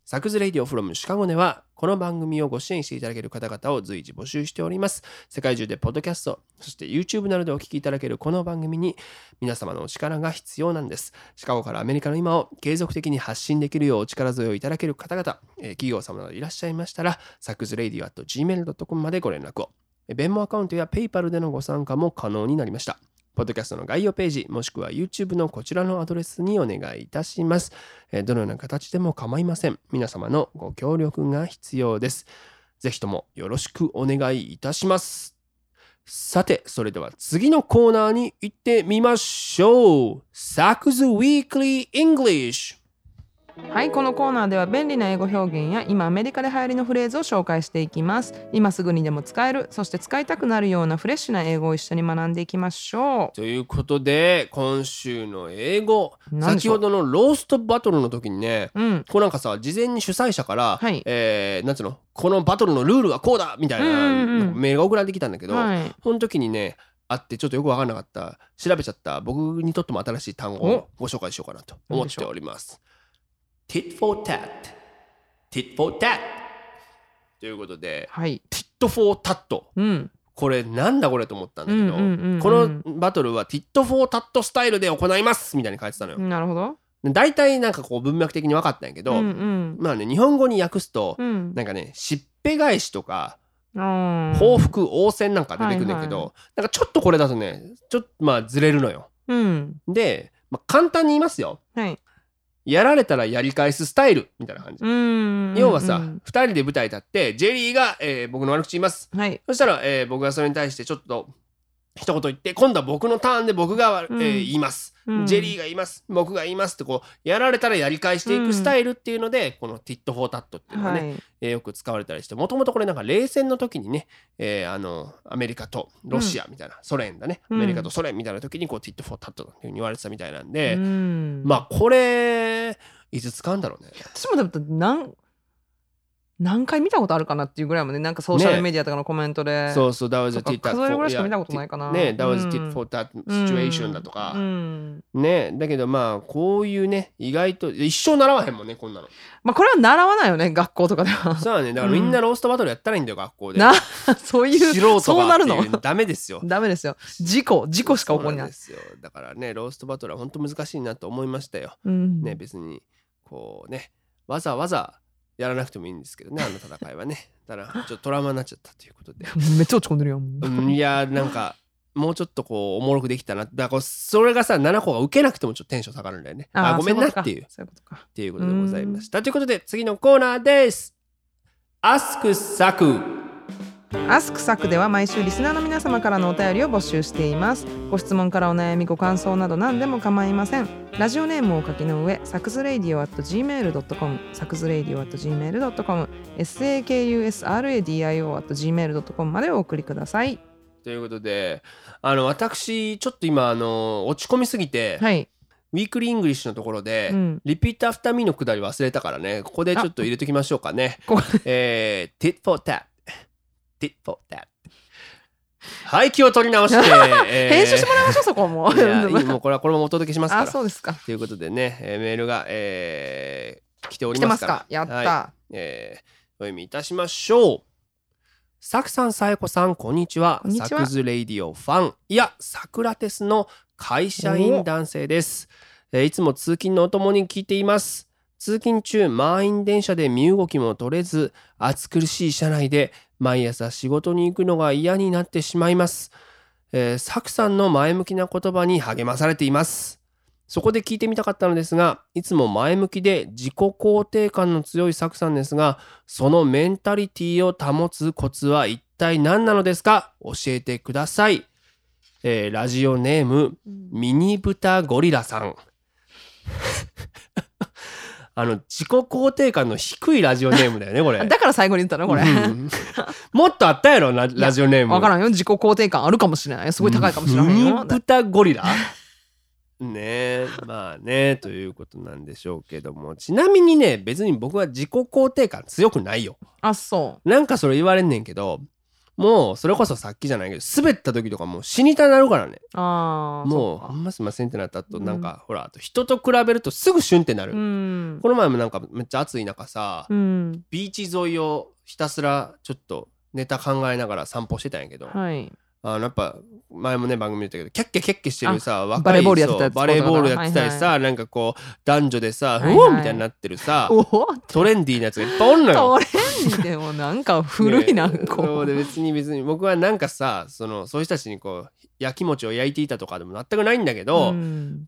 サクズレイディオフロムシカゴではこの番組をご支援していただける方々を随時募集しております。世界中でポッドキャスト、そして YouTube などでお聞きいただけるこの番組に皆様のお力が必要なんです。シカゴからアメリカの今を継続的に発信できるようお力添えをいただける方々、えー、企業様などいらっしゃいましたら、サクズレイディオ アット ジーメール ドット コム までご連絡を。ベンモアカウントや PayPal でのご参加も可能になりました。ポッドキャストの概要ページもしくは YouTube のこちらのアドレスにお願いいたします。どのような形でも構いません。皆様のご協力が必要です。ぜひともよろしくお願いいたします。さて、それでは次のコーナーに行ってみましょう。Saku's Weekly English。 はい、このコーナーでは便利な英語表現や今アメリカで流行りのフレーズを紹介していきます。今すぐにでも使える、そして使いたくなるようなフレッシュな英語を一緒に学んでいきましょう。 ということで今週の英語、先ほどのローストバトルの時にね、うん、こうなんかさ事前に主催者から、はい、えー、なんつうのこのバトルのルールはこうだみたいな、うんうん、メールが送られてきたんだけど、はい、その時にねあってちょっとよく分かんなかった調べちゃった僕にとっても新しい単語をご紹介しようかなと思っております。tit for tat tit for tat ということで、はい、tit for tat、うん、これなんだこれと思ったんだけど、うんうんうんうん、このバトルは tit for tat スタイルで行いますみたいに書いてたのよ。 なるほど。 大体なんかこう文脈的に分かったんやけど、うんうん、まあね日本語に訳すと、うん、なんかねしっぺ返しとか報復応戦なんか出てくるんだけど、はいはい、なんかちょっとこれだとねちょっとまあずれるのよ、うん、で、まあ、簡単に言いますよ、はい、やられたらやり返すスタイルみたいな感じ。うんうんうん、要はさふたりで舞台立ってジェリーが、えー、僕の悪口言います、はい、そしたら、えー、僕がそれに対してちょっと一言言って今度は僕のターンで僕が、うんえー、言います、うん、ジェリーが言います僕が言いますってこうやられたらやり返していくスタイルっていうので、うん、このティットフォータットっていうのがね、はいえー、よく使われたりしてもともとこれなんか冷戦の時にね、えー、あのアメリカとロシアみたいな、うん、ソ連だねアメリカとソ連みたいな時にこうティットフォータットっていう風に言われてたみたいなんで、うん、まあこれいつ使うんだろうね。 私もだって何何回見たことあるかなっていうぐらいもねなんかソーシャルメディアとかのコメントで、ね、 そうそう that was a tit for 数えるぐらいしか見たことないかなね that was a tit for tat situation だとか、うん、ねだけどまあこういうね意外と一生習わへんもんねこんなの。 まあこれは習わないよね学校とかでは。 そうだねだからみんなローストバトルやったらいいんだよ学校で。 なそういう素人がそうなるのダメですよ。 ダメですよ事故事故しか起こりない。 ですよだからねローストバトルは本当難しいなと思いましたよ、うん、ね別にこうねわざわざやらなくてもいいんですけどねあの戦いはねだからちょっとトラウマになっちゃったということでめっちゃ落ち込んでるよ、 うん、いやなんかもうちょっとこうおもろくできたなだからそれがさななこが受けなくてもちょっとテンション下がるんだよね。ああごめんなっていうそういうことかっていうことでございました。ということで次のコーナーです。アスクサクアスクサクでは毎週リスナーの皆様からのお便りを募集しています。ご質問からお悩みご感想など何でも構いません。ラジオネームをお書きの上サクズレイディオ アット ジーメール ドット コム サクズレイディオ アット ジーメール ドット コム サクスラディオ アット ジーメール ドット コム までお送りください。 ということであの私ちょっと今あの落ち込みすぎて、はい、ウィークリーイングリッシュのところで、うん、リピートアフターミーのくだり忘れたからねここでちょっと入れときましょうかね。えー、tit for tat tit for tat はい気を取り直して、 えー、編集してもらいましょうそこもいやもうこれはこれもお届けしますから。 あそうですかということでね、えー、メールが、えー、来ておりますから来てますかやった、 はいえー、お読みいたしましょう。サクさんさえこさんこんにちは。サクズレイディオファンいやサクラテスの会社員男性です、えー、いつも通勤のお供に聞いています。通勤中満員電車で身動きも取れず暑苦しい車内で毎朝仕事に行くのが嫌になってしまいます、えー、サクさんの前向きな言葉に励まされています。そこで聞いてみたかったのですがいつも前向きで自己肯定感の強いサクさんですがそのメンタリティを保つコツは一体何なのですか教えてください、えー、ラジオネームミニブタゴリラさんあの自己肯定感の低いラジオネームだよねこれだから最後に言ったのこれ、うん、 もっとあったやろララジオネーム分からんよ自己肯定感あるかもしれないすごい高いかもしれないよ。 ブタゴリラねえまあねということなんでしょうけどもちなみにね別に僕は自己肯定感強くないよ。 あそうなんかそれ言われんねんけどもうそれこそさっきじゃないけど滑った時とかもう死にたなるからね。 あもうほんますいませんってなったとなんか、うん、ほらあと人と比べるとすぐシュンってなる、うん、この前もなんかめっちゃ暑い中さ、うん、ビーチ沿いをひたすらちょっとネタ考えながら散歩してたんやけど、はい、あのやっぱ前もね番組言ったけどキャッキャキャッキャしてるさ若いバレーボールやってたやつバレーボールやってたりさ、はいはい、なんかこう男女でさ、はいはい、うおーみたいになってるさトレンディーなやつがいっぱいおんのよ。 トレンディーでもなんか古いな、ね、こうそうで別に別に僕はなんかさそのそういう人たちにこう焼き餅を焼いていたとかでも全くないんだけど、うん、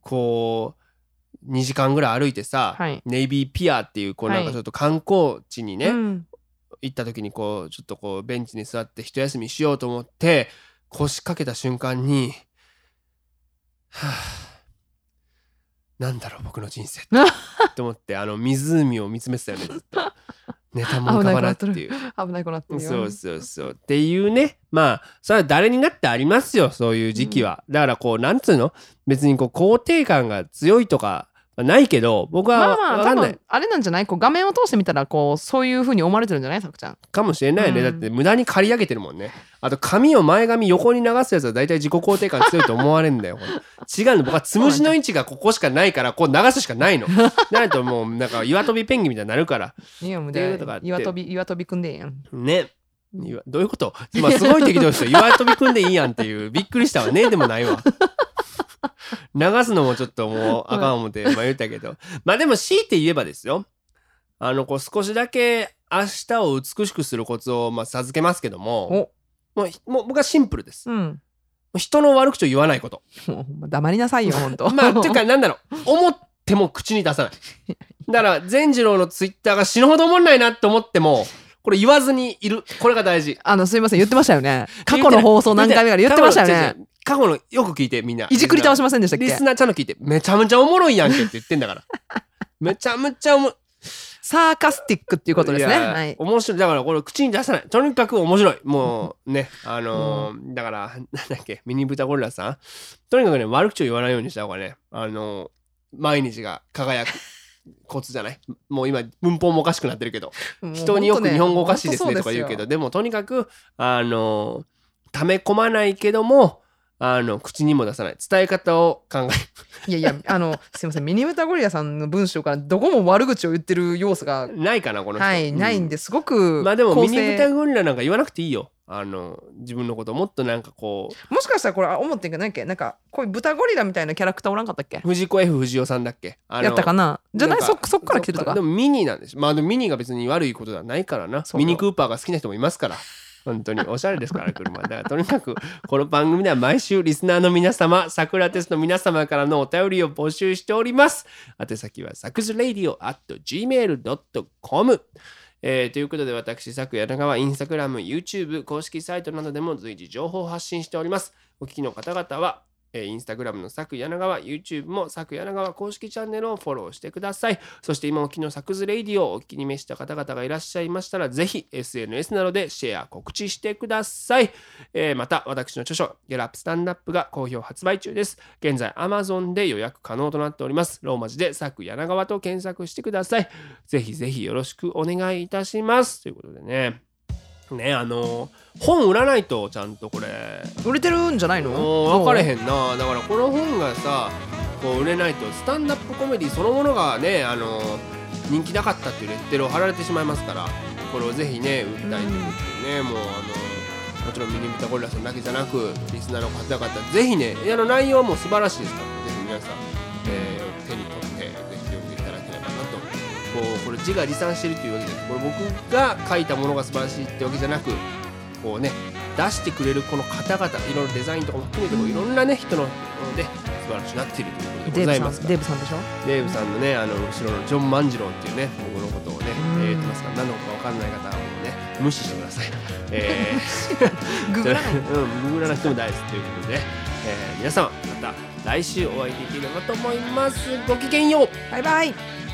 こうにじかんぐらい歩いてさ、はい、ネイビーピアっていうこうなんかちょっと観光地にね、はい、行った時にこうちょっとこうベンチに座って一休みしようと思って腰掛けた瞬間にはぁなんだろう僕の人生って思ってあの湖を見つめてたよねずっと。ネタも浮かばなっていう危ない子なってるよ。 そうそうそうっていうねまあそれは誰になってありますよそういう時期は、うん、だからこうなんつうの別にこう肯定感が強いとかないけど僕は分かんない、まあまあ、 あれなんじゃないこう画面を通してみたらこうそういう風に思われてるんじゃないさくちゃんかもしれないね、うん、だって無駄に刈り上げてるもんね。あと髪を前髪横に流すやつは大体自己肯定感強いと思われるんだよ違うの僕はつむじの位置がここしかないからこう流すしかないのないともうなんか岩飛びペンギンみたいになるからいやもうで岩飛び岩飛びくんでいいやんねどういうこと、まあ、すごい適当ですよ岩飛びくんでいいやんっていうびっくりしたわねでもないわ流すのもちょっともうあかん思ってまあ言ったけどまあでも強いて言えばですよあのこう少しだけ明日を美しくするコツをまあ授けますけどももうもう僕はシンプルです、うん、人の悪口を言わないこと。 もう黙りなさいよ本当まあていうかなんだろう思っても口に出さないだから善次郎のツイッターが死ぬほどおもんないなって思ってもこれ言わずにいるこれが大事。 あのすいません言ってましたよね過去の放送何回目かで言ってましたよね。 過去のよく聞いてみんないじくり倒しませんでしたっけ。 リスナーちゃんと聞いてめちゃめちゃおもろいやんけって言ってんだからめちゃめちゃおもサーカスティックっていうことですね。はい、 面白いだからこれ口に出さないとにかく面白いもうねあのーうん、だからなんだっけミニブタゴリラさんとにかくね悪口を言わないようにした方がねあのー、毎日が輝くコツじゃないもう今文法もおかしくなってるけど人によく日本語おかしいですねとか言うけど で, でもとにかくあのー、溜め込まないけどもあの口にも出さない伝え方を考えるいやいやあのすいませんミニブタゴリラさんの文章からどこも悪口を言ってる要素がないかなこの人はい、うん、ないんですごくまあでもミニブタゴリラなんか言わなくていいよあの自分のこともっとなんかこうもしかしたらこれ思ってんかないっけなんかこういうブタゴリラみたいなキャラクターおらんかったっけ藤子 F 不二雄さんだっけあのやったかなじゃない そ, そっから来てるとかでもミニなんですまあでもミニが別に悪いことではないからなミニクーパーが好きな人もいますから本当におしゃれですから車だからとにかくこの番組では毎週リスナーの皆様サクラテスの皆様からのお便りを募集しております。宛先はサクズレディオ アットジーメールドットコム、えー、ということで私サク柳川インスタグラム YouTube 公式サイトなどでも随時情報を発信しております。お聞きの方々はえー、インスタグラムのサク柳川 YouTube もサク柳川公式チャンネルをフォローしてください。そして今お聞きのサクズレイディオをお聞きに召した方々がいらっしゃいましたらぜひ エスエヌエス などでシェア告知してください、えー、また私の著書ゲラップスタンダップが好評発売中です。現在 Amazon で予約可能となっております。ローマ字でサク柳川と検索してください。ぜひぜひよろしくお願いいたしますということでねねあのー、本売らないとちゃんとこれ売れてるんじゃないの分かれへんな。だからこの本がさこう売れないとスタンダップコメディそのものがねあのー、人気なかったっていうレッテルを貼られてしまいますからこれをぜひね売りたいということでね、うん、もうあのー、もちろんミニブタゴリラさんだけじゃなくリスナーの方々ぜひねあの内容はもう素晴らしいですからぜひ皆さん、えー、手に取ってぜひ読んでいただければなと。こうこれ自画自賛してるっていうわけでこれ僕が書いたものが素晴らしいってわけじゃなくこうね出してくれるこの方々いろいろデザインとかも含めてこういろんなね人のもので素晴らしくなっているということでございますからデーブさんでしょデーブさんのねあの後ろのジョン万次郎っていうね僕のことをね、えー、言ってますから何のことか分かんない方はもうね無視してください、えー、 ググらないうんググらなくても大事ということで、えー、皆様また来週お会いできればと思います。ごきげんよう。 バイバイ。